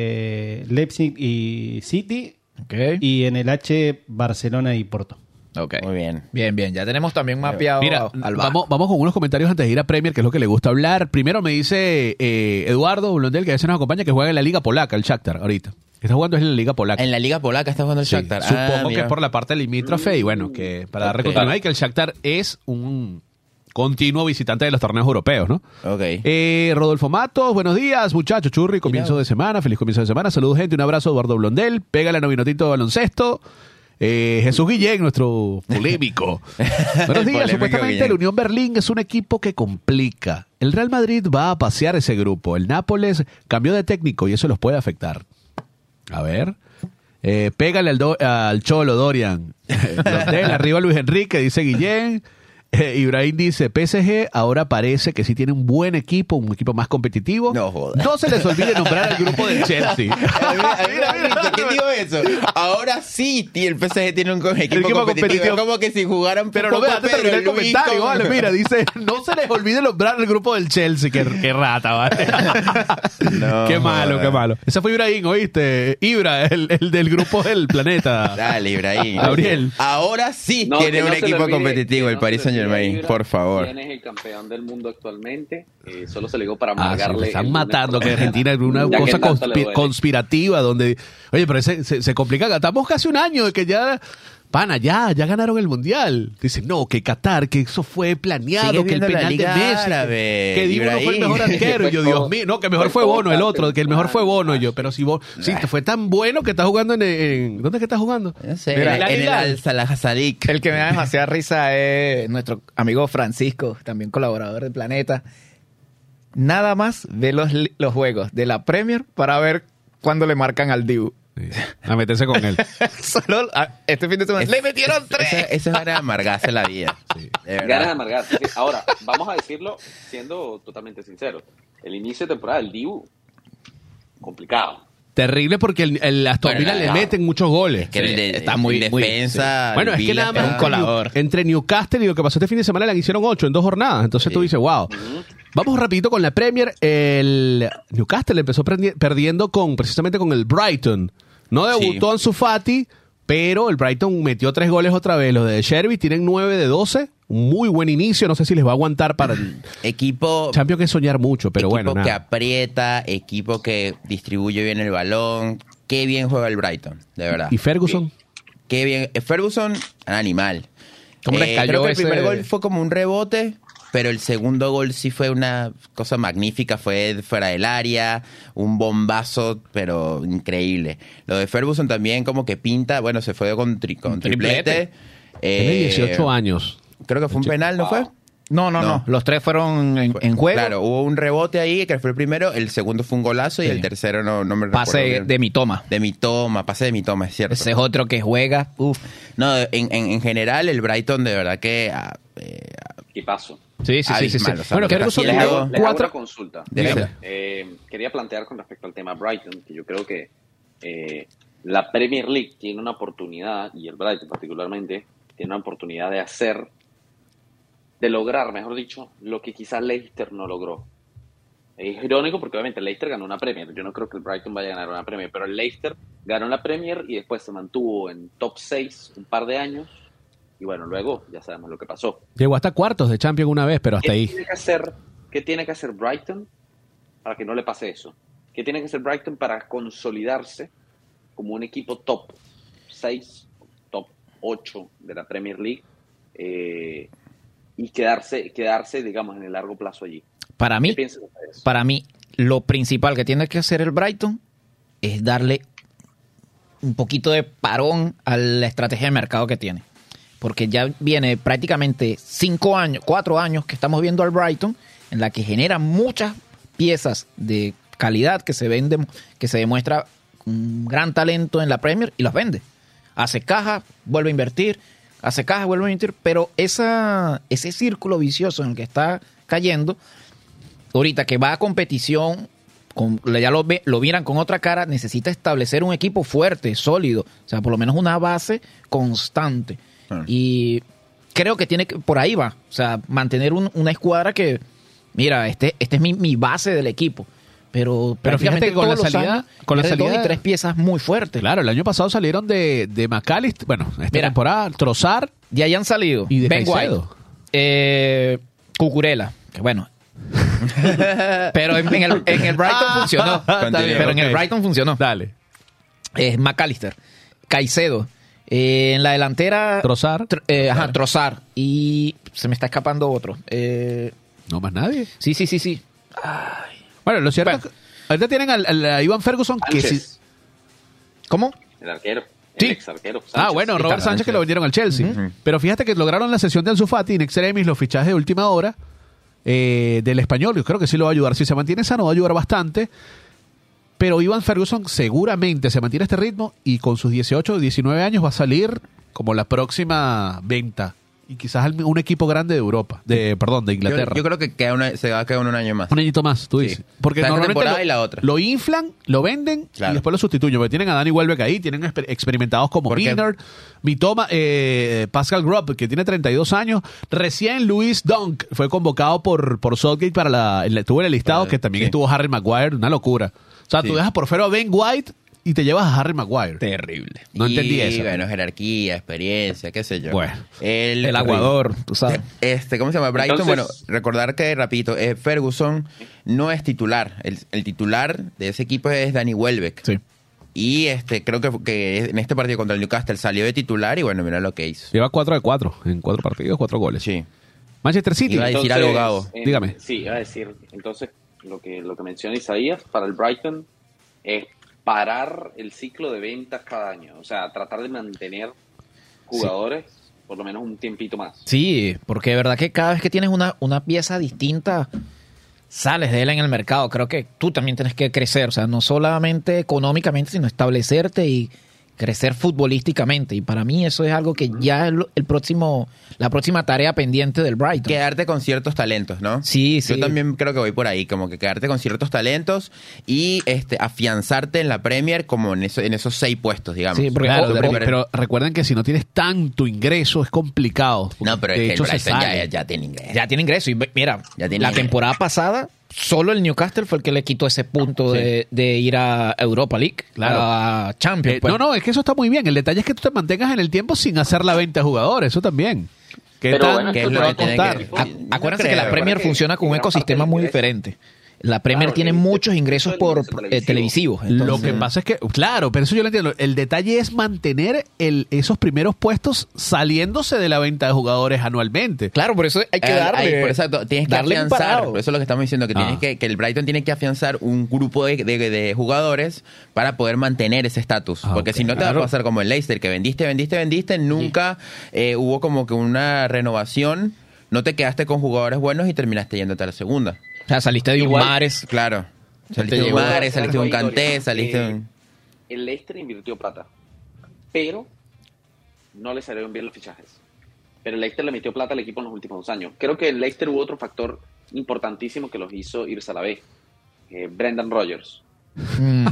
Leipzig y City. Ok. Y en el H, Barcelona y Porto. Ok. Muy bien. Bien, bien. Ya tenemos también mapeado Mira, al Vasco. vamos con unos comentarios antes de ir a Premier, que es lo que le gusta hablar. Primero me dice Eduardo Blondel, que a veces nos acompaña, que juega en la Liga Polaca, el Shakhtar, ahorita. Está jugando en la Liga Polaca. En la Liga Polaca está jugando el Sí, Shakhtar. supongo que mira. es por la parte limítrofe y bueno, que para darle Ok. continuidad y que el Shakhtar es un continuo visitante de los torneos europeos, ¿no? Ok. Rodolfo Matos, buenos días, muchachos, churri, comienzo de semana, feliz comienzo de semana, saludos gente, un abrazo Eduardo Blondel, pégale a Novinotito de baloncesto, Jesús Guillén, nuestro polémico. Buenos días, Polémico supuestamente Guillén. el Unión Berlín es un equipo que complica. El Real Madrid va a pasear ese grupo, el Nápoles cambió de técnico y eso los puede afectar. A ver... pégale al Cholo Dorian. Blondel, arriba Luis Enrique, dice Guillén. Ibrahim dice, PSG ahora parece que sí tiene un buen equipo, un equipo más competitivo. No jodas. No se les olvide nombrar al grupo del Chelsea. Mira, ¿quién dijo eso? Ahora sí, el PSG tiene un equipo competitivo. Es como que si jugaran Pero no poco me a dejaste Pedro terminar el Luis comentario, con- vale. Mira, dice, no se les olvide nombrar al grupo del Chelsea. Qué rata, vale. No, Qué malo, joder. qué malo. Ese fue Ibrahim, ¿oíste? Ibra, el del grupo del planeta. Dale, Ibrahim. Gabriel. Ahora sí No, tiene que no un se le equipo olvide- competitivo que el no Paris se le olvide, Saint-Germain, Ibra, por favor. ¿Quién es el campeón del mundo actualmente? Solo se le digo para Ah, sí, amargarle. me están el lunes matando por que la Argentina es mañana. una Ya que cosa tanto le duele. conspirativa donde... Oye, pero se complica. Estamos casi un año de que ya... Pana, ya ganaron el Mundial. Dicen, no, que Qatar, que eso fue planeado, Sigue que el viendo la penal de Liga Messi, Árabe, que Dibu no fue el Ibrahim. mejor arquero. Y yo, Dios mío, no, que mejor fue Bono, el otro, que el mejor fue Bono. Y yo, pero si Bono... Sí, te fue tan bueno que está jugando en ¿dónde es que está jugando? No sé, Mira, en el Al Sadik. El que me da demasiada risa es nuestro amigo Francisco, también colaborador del Planeta. Nada más ve los juegos de la Premier para ver cuándo le marcan al Dibu. Sí, a meterse con él. Solo este fin de semana le metieron 3. Eso es ganas de amargarse la vida. De verdad. Ganas de amargarse. Sí. Ahora, vamos a decirlo siendo totalmente sinceros. El inicio de temporada del Dibu, complicado. Terrible porque el Aston Villa le meten muchos goles. Que el de- está muy- en muy- defensa. Bueno, el es que Villa nada más está- un colador. entre Newcastle y lo que pasó este fin de semana le hicieron 8 en 2 jornadas. Entonces tú dices, wow. Vamos rapidito con la Premier. El Newcastle empezó perdiendo precisamente con el Brighton. No debutó Sí. Ansu Fati, pero el Brighton metió 3 goles otra vez. Los de Sherby tienen 9 de 12. Un muy buen inicio. No sé si les va a aguantar para el Equipo Champions, que es soñar mucho, pero equipo bueno, que nada. aprieta, equipo que distribuye bien el balón. Qué bien juega el Brighton, de verdad. ¿Y Ferguson? Qué bien. Ferguson, un animal. ¿Cómo les cayó creo que ese- el primer gol fue como un rebote, pero el segundo gol sí fue una cosa magnífica. Fue fuera del área, un bombazo, pero increíble. Lo de Ferguson también como que pinta. Bueno, se fue con triplete. Tiene 18 años. Creo que fue un penal, ¿no fue? No. Los 3 fueron en juego. Claro, hubo un rebote ahí, que fue el primero, el segundo fue un golazo y el tercero no me recuerdo Pase bien. de Mitoma. Pase de mi toma, es cierto. Ese es otro que juega. Uf. No, en general el Brighton de verdad que... ¿Qué pasó? Sí. abismal, o sea, Bueno, lo que Ferguson está Les hago, haciendo- les hago cuatro- una consulta. Dígame. Quería plantear con respecto al tema Brighton, que yo creo que la Premier League tiene una oportunidad, y el Brighton particularmente, tiene una oportunidad de lograr, mejor dicho, lo que quizás Leicester no logró. Es irónico porque obviamente Leicester ganó una Premier. Yo no creo que el Brighton vaya a ganar una Premier, pero el Leicester ganó la Premier y después se mantuvo en top 6 un par de años. Y bueno, luego ya sabemos lo que pasó. Llegó hasta cuartos de Champions una vez, pero hasta ahí. ¿Qué tiene que hacer Brighton para que no le pase eso? ¿Qué tiene que hacer Brighton para consolidarse como un equipo top 6, top 8 de la Premier League y quedarse, digamos, en el largo plazo allí? Para mí, ¿Qué piensan ustedes? para mí, lo principal que tiene que hacer el Brighton es darle un poquito de parón a la estrategia de mercado que tiene. Porque ya viene prácticamente 4 años que estamos viendo al Brighton, en la que genera muchas piezas de calidad que se venden, que se demuestra un gran talento en la Premier y los vende. Hace caja, vuelve a invertir, hace caja, vuelve a invertir, pero ese círculo vicioso en el que está cayendo, ahorita que va a competición, ya lo miran con otra cara, necesita establecer un equipo fuerte, sólido, o sea, por lo menos una base constante. Y creo que por ahí va, o sea, mantener una escuadra que, mira, este es mi base del equipo. Pero fíjate que con la salida de 2 y 3 piezas muy fuertes. Claro, el año pasado salieron de McAllister, bueno, esta temporada, Trossard. De ahí han salido Y de Ben Caicedo. White, Cucurella, que bueno. Pero en el Brighton funcionó. Pero en el Brighton funcionó. Dale. McAllister, Caicedo. En la delantera... Trossard. Trossard. Y se me está escapando otro. No más nadie. Sí. Bueno, lo cierto es que ahorita tienen a Ivan Ferguson, que sí. ¿Cómo? El arquero. Sí. El ex arquero. Sánchez. Bueno, Robert Sánchez, que lo vendieron al Chelsea. Pero fíjate que lograron la cesión de Ansu Fati in extremis, los fichajes de última hora del español. Yo creo que sí lo va a ayudar. Si se mantiene sano, va a ayudar bastante. Pero Ivan Ferguson seguramente se mantiene este ritmo y con sus 18 o 19 años va a salir como la próxima venta. Y quizás un equipo grande de Europa, de Inglaterra. Yo creo que se va a quedar un año más. Un añito más, tú dices. Sí. Porque O sea, esta normalmente temporada y la otra. lo inflan, lo venden Claro. y después lo sustituyen. Porque tienen a Dani Welbeck ahí, tienen experimentados como Porque- Milner, Mitoma, Pascal Gropp, que tiene 32 años. Recién Luis Dunk fue convocado por Southgate estuvo en el listado, que también sí. estuvo Harry Maguire, una locura. O sea, Sí. tú dejas por fuera a Ben White y te llevas a Harry Maguire. Terrible. No entendí eso. Bueno, jerarquía, experiencia, qué sé yo. Bueno. El aguador, tú sabes. ¿Cómo se llama? Brighton. Entonces- Bueno, recordar que, rapidito, Ferguson no es titular. El titular de ese equipo es Danny Welbeck. Sí. Y creo que en este partido contra el Newcastle salió de titular y bueno, mira lo que hizo. Lleva 4 de 4 en 4 partidos, 4 goles. Sí. Manchester City. Iba a decir algo, Gabo. Dígame. Sí, iba a decir. Entonces, lo que menciona Isaías para el Brighton es parar el ciclo de ventas cada año. O sea, tratar de mantener jugadores por lo menos un tiempito más. Sí, porque de verdad que cada vez que tienes una pieza distinta, sales de él en el mercado. Creo que tú también tienes que crecer, o sea, no solamente económicamente, sino establecerte y crecer futbolísticamente. Y para mí eso es algo que ya es la próxima tarea pendiente del Brighton. Quedarte con ciertos talentos, ¿no? Sí. Yo también creo que voy por ahí, como que quedarte con ciertos talentos y afianzarte en la Premier como en esos 6 puestos, digamos. Sí, porque- Claro, Pero- pero recuerden que si no tienes tanto ingreso es complicado. No, pero De es que hecho, el se Brighton sale. ya tiene ingreso. Ya tiene ingreso. Y mira, Ya tiene la ingreso. temporada pasada, solo el Newcastle fue el que le quitó ese punto de ir a Europa League, Claro. a Champions. pues. No, es que eso está muy bien. El detalle es que tú te mantengas en el tiempo sin hacer la venta de jugadores. Eso también. ¿Qué Pero tan bueno, te ¿qué es lo va que a tiene costar? que- Acuérdense No que la creo. Premier Recuerda que funciona con un gran parte ecosistema del muy ingreso- diferente. La Premier Claro, tiene el muchos ingresos por ingreso televisivo. televisivos. Lo entonces- que pasa es que, claro, pero eso yo lo entiendo. El detalle es mantener esos primeros puestos saliéndose de la venta de jugadores anualmente. Claro, por eso hay que darle. Por eso tienes que darle un afianzar. parado. Por eso es lo que estamos diciendo, que Ah. que el Brighton tiene que afianzar un grupo de jugadores para poder mantener ese estatus. Ah, Porque ok. si no te va Claro. a pasar como el Leicester, que vendiste, nunca hubo como que una renovación, no te quedaste con jugadores buenos y terminaste yéndote a la segunda. O sea, saliste de un Igual- Mares. Claro. Saliste de un llegó- Mahrez, saliste de un Algo ahí, Kanté, Dorian. saliste de un... El Leicester invirtió plata, pero no le salieron bien los fichajes. Pero el Leicester le metió plata al equipo en los últimos 2 años. Creo que el Leicester hubo otro factor importantísimo que los hizo irse a la B. Brendan Rodgers. Mm.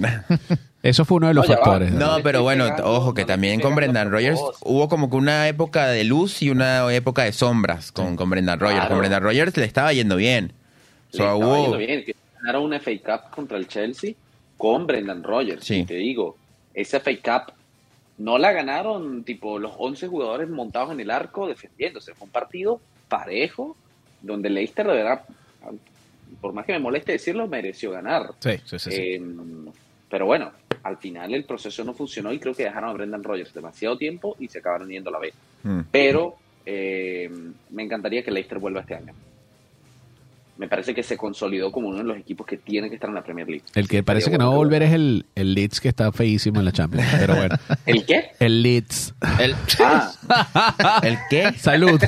Eso fue uno de los No, ya va. factores. No, No, le pero estoy bueno, pegando, ojo, que no le también estoy con Brendan pegando a Rodgers propósito. hubo como que una época de luz y una época de sombras con Brendan Rodgers. Claro. Con Brendan Rodgers le estaba yendo bien. O Le sea, estaba hubo- yendo bien, que ganaron una FA Cup contra el Chelsea con Brendan Rodgers. Sí. Y te digo, esa FA Cup no la ganaron tipo los 11 jugadores montados en el arco defendiéndose. Fue un partido parejo donde Leicester de verdad por más que me moleste decirlo, mereció ganar. Sí. Pero bueno, al final el proceso no funcionó y creo que dejaron a Brendan Rodgers demasiado tiempo y se acabaron yendo a la B. Pero me encantaría que Leicester vuelva este año. Me parece que se consolidó como uno de los equipos que tiene que estar en la Premier League. El que parece que no va a volver es el Leeds, que está feísimo en la Champions. Pero bueno. ¿El qué? El Leeds. ¿El qué? Salud.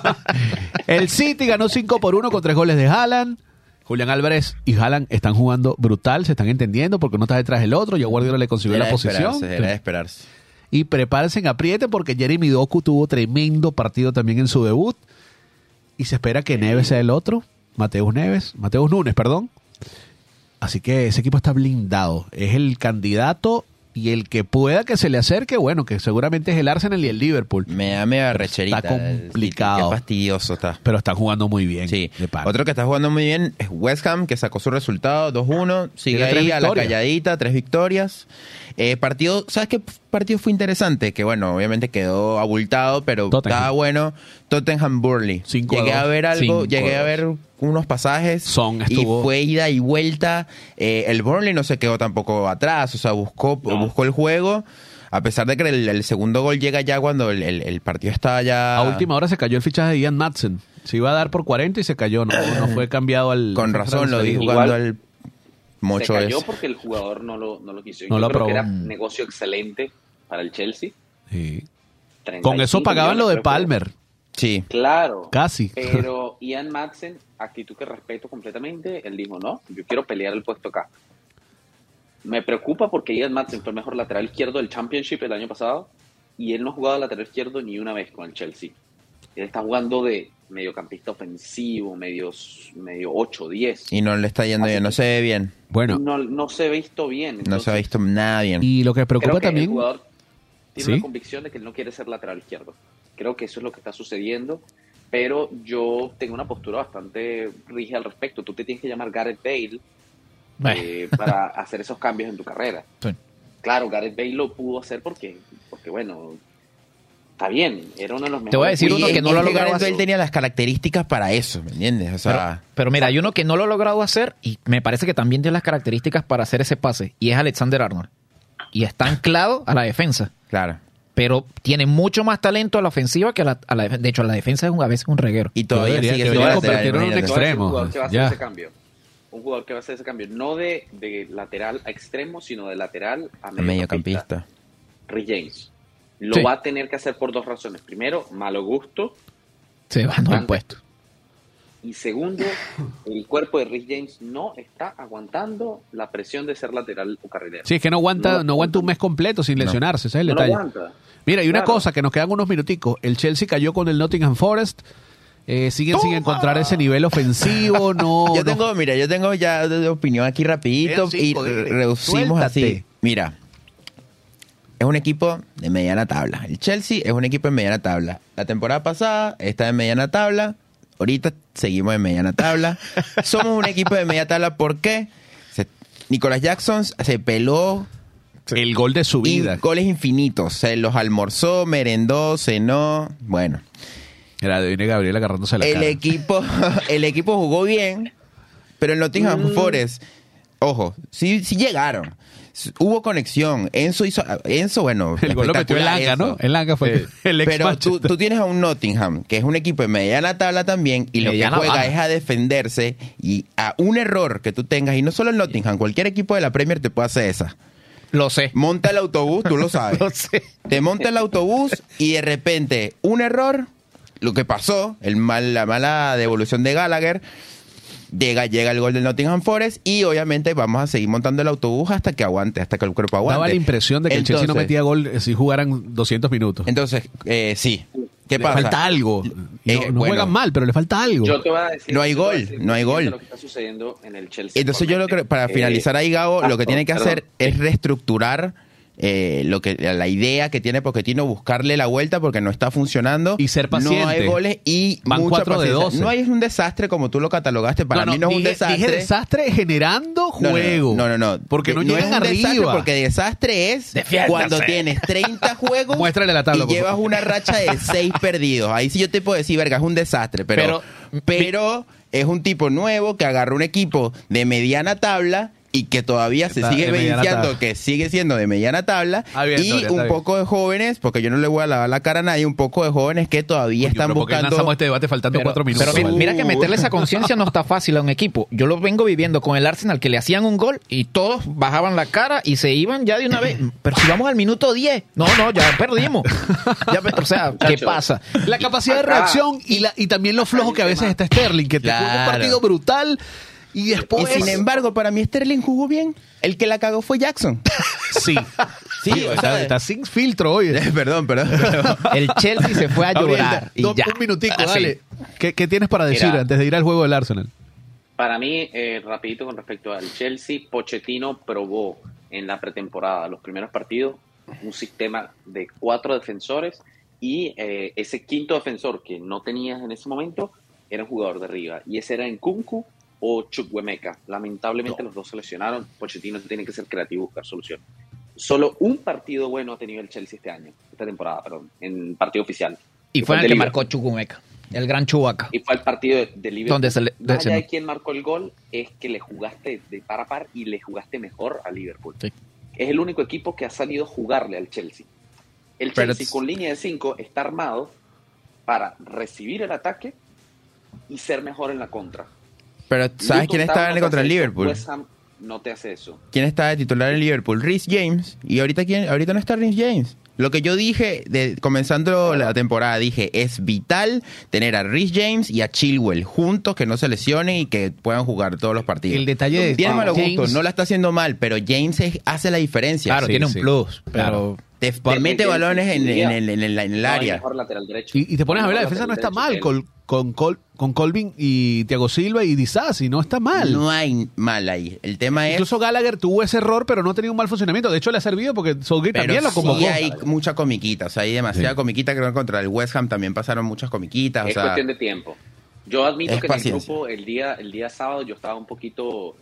El City ganó 5-1 con 3 goles de Haaland. Julián Álvarez y Haaland están jugando brutal, se están entendiendo porque uno está detrás del otro. Ya Guardiola le consiguió la posición. Era de esperarse. Y prepárense en apriete porque Jeremy Doku tuvo tremendo partido también en su debut. Y se espera que Neves sea el otro. Mateus Nunes, perdón. Así que ese equipo está blindado. Es el candidato y el que pueda que se le acerque, bueno, que seguramente es el Arsenal y el Liverpool. Me da media recherita. Está complicado. Qué fastidioso está. Pero están jugando muy bien. Sí. Otro que está jugando muy bien es West Ham, que sacó su resultado 2-1. Sigue ahí a la calladita, 3 victorias. ¿Sabes qué partido fue interesante? Que bueno, obviamente quedó abultado, pero estaba bueno. Tottenham Burnley. Llegué a ver algo, llegué a ver unos pasajes y fue ida y vuelta. El Burnley no se quedó tampoco atrás, o sea, buscó el juego. A pesar de que el segundo gol llega ya cuando el partido estaba ya... A última hora se cayó el fichaje de Ian Madsen. Se iba a dar por 40 y se cayó. No fue cambiado al... Con razón, lo vi jugando al... Se cayó porque el jugador no lo quiso. No Yo lo creo aprobó. que era un negocio excelente para el Chelsea. Sí. Con eso pagaban lo de Palmer. Sí. Claro. Casi. Pero Ian Madsen, actitud que respeto completamente, él dijo, no, yo quiero pelear el puesto acá. Me preocupa porque Ian Madsen fue el mejor lateral izquierdo del Championship el año pasado y él no ha jugado lateral izquierdo ni una vez con el Chelsea. Él está jugando de mediocampista ofensivo, medio 8-10. Y no le está yendo bien, no se ve bien. Bueno. No se ha visto bien. Entonces, no se ha visto nada bien. Y lo que preocupa creo que también... el jugador tiene una convicción de que él no quiere ser lateral izquierdo. Creo que eso es lo que está sucediendo. Pero yo tengo una postura bastante rígida al respecto. Tú te tienes que llamar Gareth Bale para hacer esos cambios en tu carrera. Sí. Claro, Gareth Bale lo pudo hacer porque bueno... Está bien, era uno de los mejores. Te voy a decir uno que no lo ha logrado hacer. Él tenía las características para eso, ¿me entiendes? O sea, pero mira, hay uno que no lo ha logrado hacer y me parece que también tiene las características para hacer ese pase y es Alexander Arnold. Y está anclado a la defensa. Claro. Pero tiene mucho más talento a la ofensiva que a la defensa. De hecho, a la defensa es a veces un reguero. Y todavía sigue siendo convertirlo en un extremo. Un jugador que va a hacer ese cambio. Un jugador que va a hacer ese cambio. No de lateral a extremo, sino de lateral a mediocampista. Rhys James. Lo va a tener que hacer por 2 razones. Primero, malo gusto. Se va a puesto. Y segundo, el cuerpo de Rhys James no está aguantando la presión de ser lateral o carrilero. Sí, es que no aguanta un mes completo sin lesionarse. Ese es el detalle. No aguanta. Mira, y una cosa, que nos quedan unos minuticos. El Chelsea cayó con el Nottingham Forest. Siguen sin encontrar ese nivel ofensivo. Yo tengo ya de opinión aquí rapidito y reducimos así. Mira. Es un equipo de mediana tabla. El Chelsea es un equipo de mediana tabla. La temporada pasada está en mediana tabla. Ahorita seguimos en mediana tabla. Somos un equipo de media tabla. ¿Por qué? Nicolas Jackson se peló el gol de su vida. Goles infinitos. Se los almorzó, merendó, cenó. Bueno. Era de Gabriel agarrándose la cara. El equipo jugó bien, pero el Nottingham Forest, ojo, sí llegaron. Hubo conexión. Enzo, bueno, el gol lo metió el Langa, ¿no? El Langa fue el ex. Pero tú tienes a un Nottingham, que es un equipo de mediana tabla también, y lo que juega es a defenderse, y a un error que tú tengas, y no solo el Nottingham, cualquier equipo de la Premier te puede hacer esa. Lo sé. Monta el autobús, tú lo sabes. Lo sé. Te monta el autobús y de repente un error, lo que pasó, la mala devolución de Gallagher, llega el gol del Nottingham Forest y obviamente vamos a seguir montando el autobús hasta que aguante, hasta que el cuerpo aguante. Daba la impresión de que el Chelsea no metía gol si jugaran 200 minutos. Entonces, sí. ¿Qué pasa? Le falta algo. No juegan mal, pero le falta algo. Yo te voy a decir, no hay gol. Lo que está sucediendo en el Chelsea. Entonces yo creo, para finalizar ahí, Gabo, lo que tiene que hacer es reestructurar la idea que tiene Pochettino, buscarle la vuelta porque no está funcionando y ser paciente. No hay goles y van mucha 4 de 12. No es un desastre como tú lo catalogaste. Para mí no es un desastre. Dije desastre generando juego. No. Porque no llegan arriba. Porque desastre es cuando tienes 30 juegos muéstrale la tabla, y llevas una racha de 6 perdidos. Ahí sí yo te puedo decir, verga, es un desastre. Pero pero es un tipo nuevo que agarró un equipo de mediana tabla y que todavía se sigue evidenciando que sigue siendo de mediana tabla, y un poco de jóvenes, porque yo no le voy a lavar la cara a nadie, un poco de jóvenes que todavía están buscando... lanzamos este debate faltando 4 minutos. Pero mira que meterle esa conciencia no está fácil a un equipo. Yo lo vengo viviendo con el Arsenal, que le hacían un gol y todos bajaban la cara y se iban ya de una vez. Pero si vamos al minuto 10, no, ya perdimos. O sea, ¿qué pasa? La capacidad de reacción y también lo flojo que a veces está Sterling, que te juega un partido brutal... Y después... Y sin embargo, para mí Sterling jugó bien. El que la cagó fue Jackson. Sí. Sí, está sin filtro hoy. Perdón. El Chelsea se fue a llorar. Y ya. Un minutico, dale. ¿Qué tienes para decir antes de ir al juego del Arsenal? Para mí, rapidito con respecto al Chelsea, Pochettino probó en la pretemporada, los primeros partidos, un sistema de 4 defensores y ese quinto defensor que no tenías en ese momento era un jugador de arriba. Y ese era Nkunku o Chukwuemeka. Lamentablemente los dos se lesionaron. Pochettino tiene que ser creativo y buscar soluciones. Solo un partido bueno ha tenido el Chelsea esta temporada, en partido oficial. Y fue el que marcó Chukwuemeka, el gran Chewbacca. Y fue el partido de Liverpool. Donde más allá de quién marcó el gol, es que le jugaste de par a par y le jugaste mejor a Liverpool. Sí. Es el único equipo que ha salido a jugarle al Chelsea. El Chelsea con línea de 5 está armado para recibir el ataque y ser mejor en la contra. Pero ¿sabes quién estaba en contra el Liverpool? West Ham no te hace eso. ¿Quién estaba de titular en Liverpool? Reece James. Y ahorita no está Reece James. Lo que yo dije comenzando la temporada, dije, es vital tener a Reece James y a Chilwell juntos, que no se lesionen y que puedan jugar todos los partidos. El detalle de tiene malos gustos, no la está haciendo mal, pero James hace la diferencia. Claro, tiene un plus, pero te mete balones en el área. Y te pones a ver, la defensa no está mal con Colvin y Thiago Silva y Disasi, no está mal. No hay mal ahí. El tema es... Incluso Gallagher tuvo ese error, pero no ha tenido un mal funcionamiento. De hecho, le ha servido porque Southgate también lo convocó. Sí, hay mucha comiquita. O sea, hay demasiada comiquita. Creo que contra el West Ham también pasaron muchas comiquitas. Es cuestión de tiempo. Yo admito que paciencia. En el grupo, el día sábado, yo estaba un poquito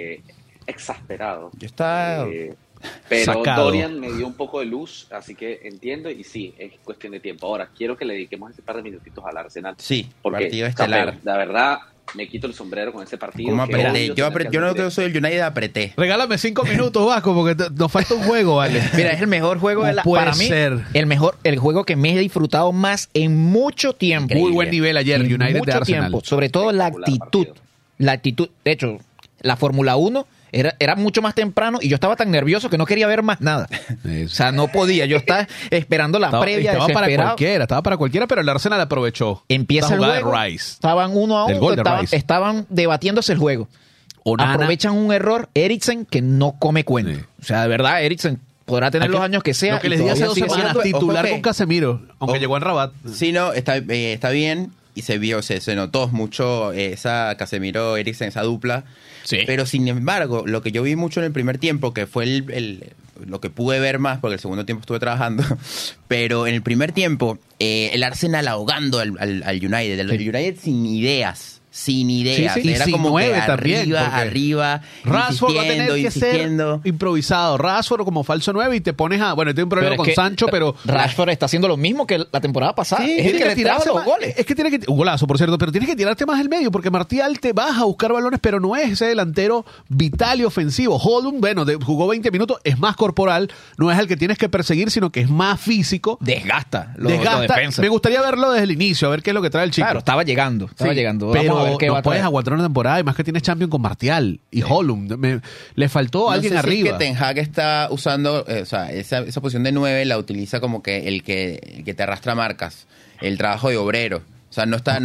exasperado. Yo estaba... pero sacado. Dorian me dio un poco de luz, así que entiendo y sí, es cuestión de tiempo. Ahora, quiero que le dediquemos ese par de minutitos al Arsenal. Sí, porque partido estelar. La verdad, me quito el sombrero con ese partido. ¿Cómo apreté? Yo no soy el United, apreté. Regálame 5 minutos, Vasco, porque nos falta un juego, ¿vale? Mira, es el mejor juego para mí. El juego que me he disfrutado más en mucho tiempo. Increíble. Muy buen nivel ayer, en United mucho de Arsenal. Tiempo, sobre todo la actitud. La actitud, de hecho, la Fórmula 1 era mucho más temprano y yo estaba tan nervioso que no quería ver más nada. O sea, no podía. Yo estaba esperando la previa, estaba para cualquiera, pero el Arsenal aprovechó. Empieza el juego, estaban 1-1, estaban debatiéndose el juego. Aprovechan un error, Eriksen, que no come cuento. Sí. O sea, de verdad, Eriksen podrá tener los años que sea. Lo que les di hace 2 semanas, titular con Casemiro, aunque llegó en Rabat. Sí, no, está bien. Y se notó mucho esa Casemiro Eriksen, esa dupla. Sí. Pero sin embargo, lo que yo vi mucho en el primer tiempo, que fue lo que pude ver más, porque el segundo tiempo estuve trabajando, pero en el primer tiempo, el Arsenal ahogando al United, el United sin ideas. Sí. Era como 9 que también, arriba, Rashford va a tener que ser improvisado. Rashford como falso 9 y te pones tiene un problema con Sancho, pero... Rashford está haciendo lo mismo que la temporada pasada. Sí, es el que le tira los goles. Es que tiene que... Un golazo, por cierto, pero tienes que tirarte más el medio, porque Martial te baja a buscar balones, pero no es ese delantero vital y ofensivo. Holdum, jugó 20 minutos, es más corporal, no es el que tienes que perseguir, sino que es más físico. Desgasta. Me gustaría verlo desde el inicio, a ver qué es lo que trae el chico. Claro, estaba llegando. Pero no puedes aguantar una temporada, y más que tienes Champions con Martial y Hollum. Le faltó alguien arriba. Es que Ten Hag está usando, esa posición de 9 la utiliza como que el que te arrastra marcas, el trabajo de obrero. O sea, no está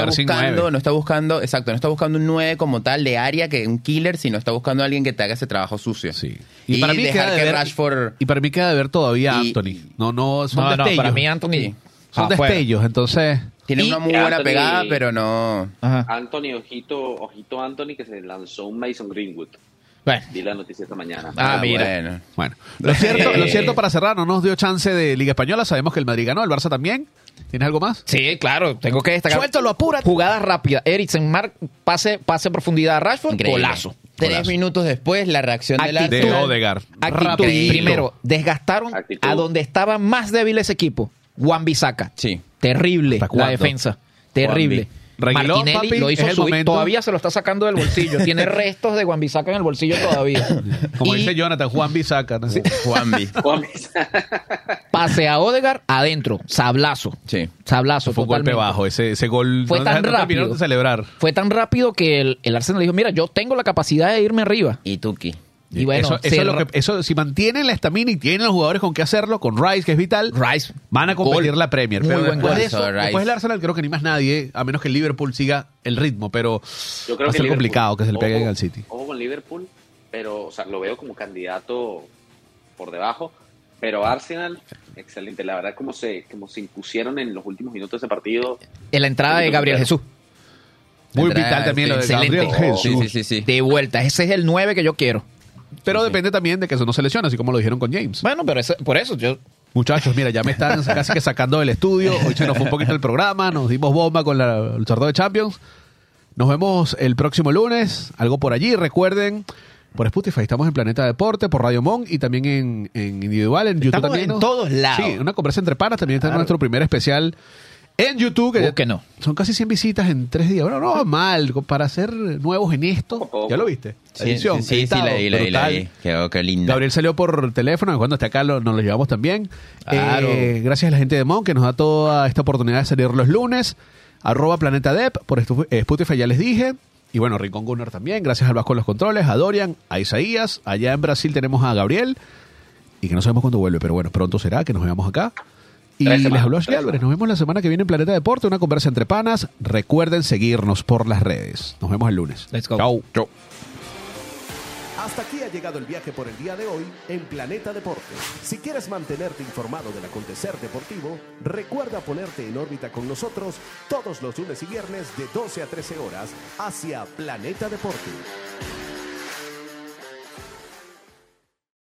buscando un 9 como tal de área, que un killer, sino está buscando a alguien que te haga ese trabajo sucio. Sí. Y para mí queda de ver Rashford. Y para mí queda de ver todavía Anthony. No, son destellos. Para mí Anthony son destellos, entonces... Tiene una muy buena pegada, pero no... Ajá. Anthony, ojito Anthony, que se lanzó un Mason Greenwood. Bueno. Vi la noticia esta mañana. Mira. Bueno. Lo cierto, para cerrar, no nos dio chance de Liga Española. Sabemos que el Madrid ganó, el Barça también. ¿Tienes algo más? Sí, claro. Tengo que destacar. Suéltalo, apúrate. Jugada rápida. Eriksen, pase en profundidad a Rashford. Increíble. Golazo. 3 minutos después, la reacción de Odegaard. Actitud. Primero, desgastaron a donde estaba más débil ese equipo. Wan-Bissaka. Sí. Terrible la defensa. Terrible. Reguilón, Martinelli papi, lo hizo es el subir, momento. todavía se lo está sacando del bolsillo. Tiene restos de Wan-Bissaka en el bolsillo todavía. Como Y dice Jonathan, Juan Bisaca. ¿No? Sí. Juanvi. pase a Odegaard adentro, sablazo. Sí. Sablazo, Fue un golpe totalmente. bajo. Ese gol Fue tan terminaron rápido. de celebrar. Fue tan rápido que el Arsenal dijo, mira, yo tengo la capacidad de irme arriba. Y Tuki. Y bueno, eso es lo que, si mantienen la estamina y tienen los jugadores con qué hacerlo, con Rice, que es vital, Rice van a competir gol. la Premier. Muy Pero buen después gol. de eso, Rice. después del Arsenal creo que ni más nadie, a menos que el Liverpool siga el ritmo, pero Yo creo va a que ser Liverpool, complicado que se le peguen ojo- al City. Ojo con Liverpool, pero o sea, lo veo como candidato por debajo. Pero Arsenal, excelente. La verdad, como se impusieron en los últimos minutos de ese partido. En la entrada de Gabriel Jesús. Muy Tendrá- vital también lo de excelente. Gabriel Jesús. Sí. De vuelta. Ese es el 9 que yo quiero. Pero depende también de que eso no se lesione, así como lo dijeron con James. Bueno, pero por eso yo... Muchachos, mira, ya me están casi que sacando del estudio. Hoy se nos fue un poquito el programa, nos dimos bomba con el sorteo de Champions. Nos vemos el próximo lunes, algo por allí. Recuerden, por Spotify estamos en Planeta Deporte, por Radio Monk y también en individual, en YouTube Estamos también. en ¿no? todos lados. Sí, una conversa entre panas. También está nuestro primer especial en YouTube. Que no. Son casi 100 visitas en 3 días. Bueno, no va mal. Para ser nuevos en esto. Poco. ¿Ya lo viste? La Sí, edición, sí, editado, brutal. Qué lindo. Gabriel salió por teléfono, cuando esté acá nos lo llevamos también. Claro. Gracias a la gente de Mon que nos da toda esta oportunidad de salir los lunes. @PlanetaDep, por Spotify ya les dije. Y bueno, Rincón Gunnar también. Gracias al Vasco en los controles, a Dorian, a Isaías. Allá en Brasil tenemos a Gabriel. Y que no sabemos cuándo vuelve, pero bueno, pronto será que nos veamos acá. Y 3 les semanas, habló Ashley 3 Álvarez. Nos vemos la semana que viene en Planeta Deporte, una conversa entre panas. Recuerden seguirnos por las redes. Nos vemos el lunes. Let's go. Chau. Chau. Hasta aquí ha llegado el viaje por el día de hoy en Planeta Deporte. Si quieres mantenerte informado del acontecer deportivo, recuerda ponerte en órbita con nosotros todos los lunes y viernes de 12 a 13 horas hacia Planeta Deporte.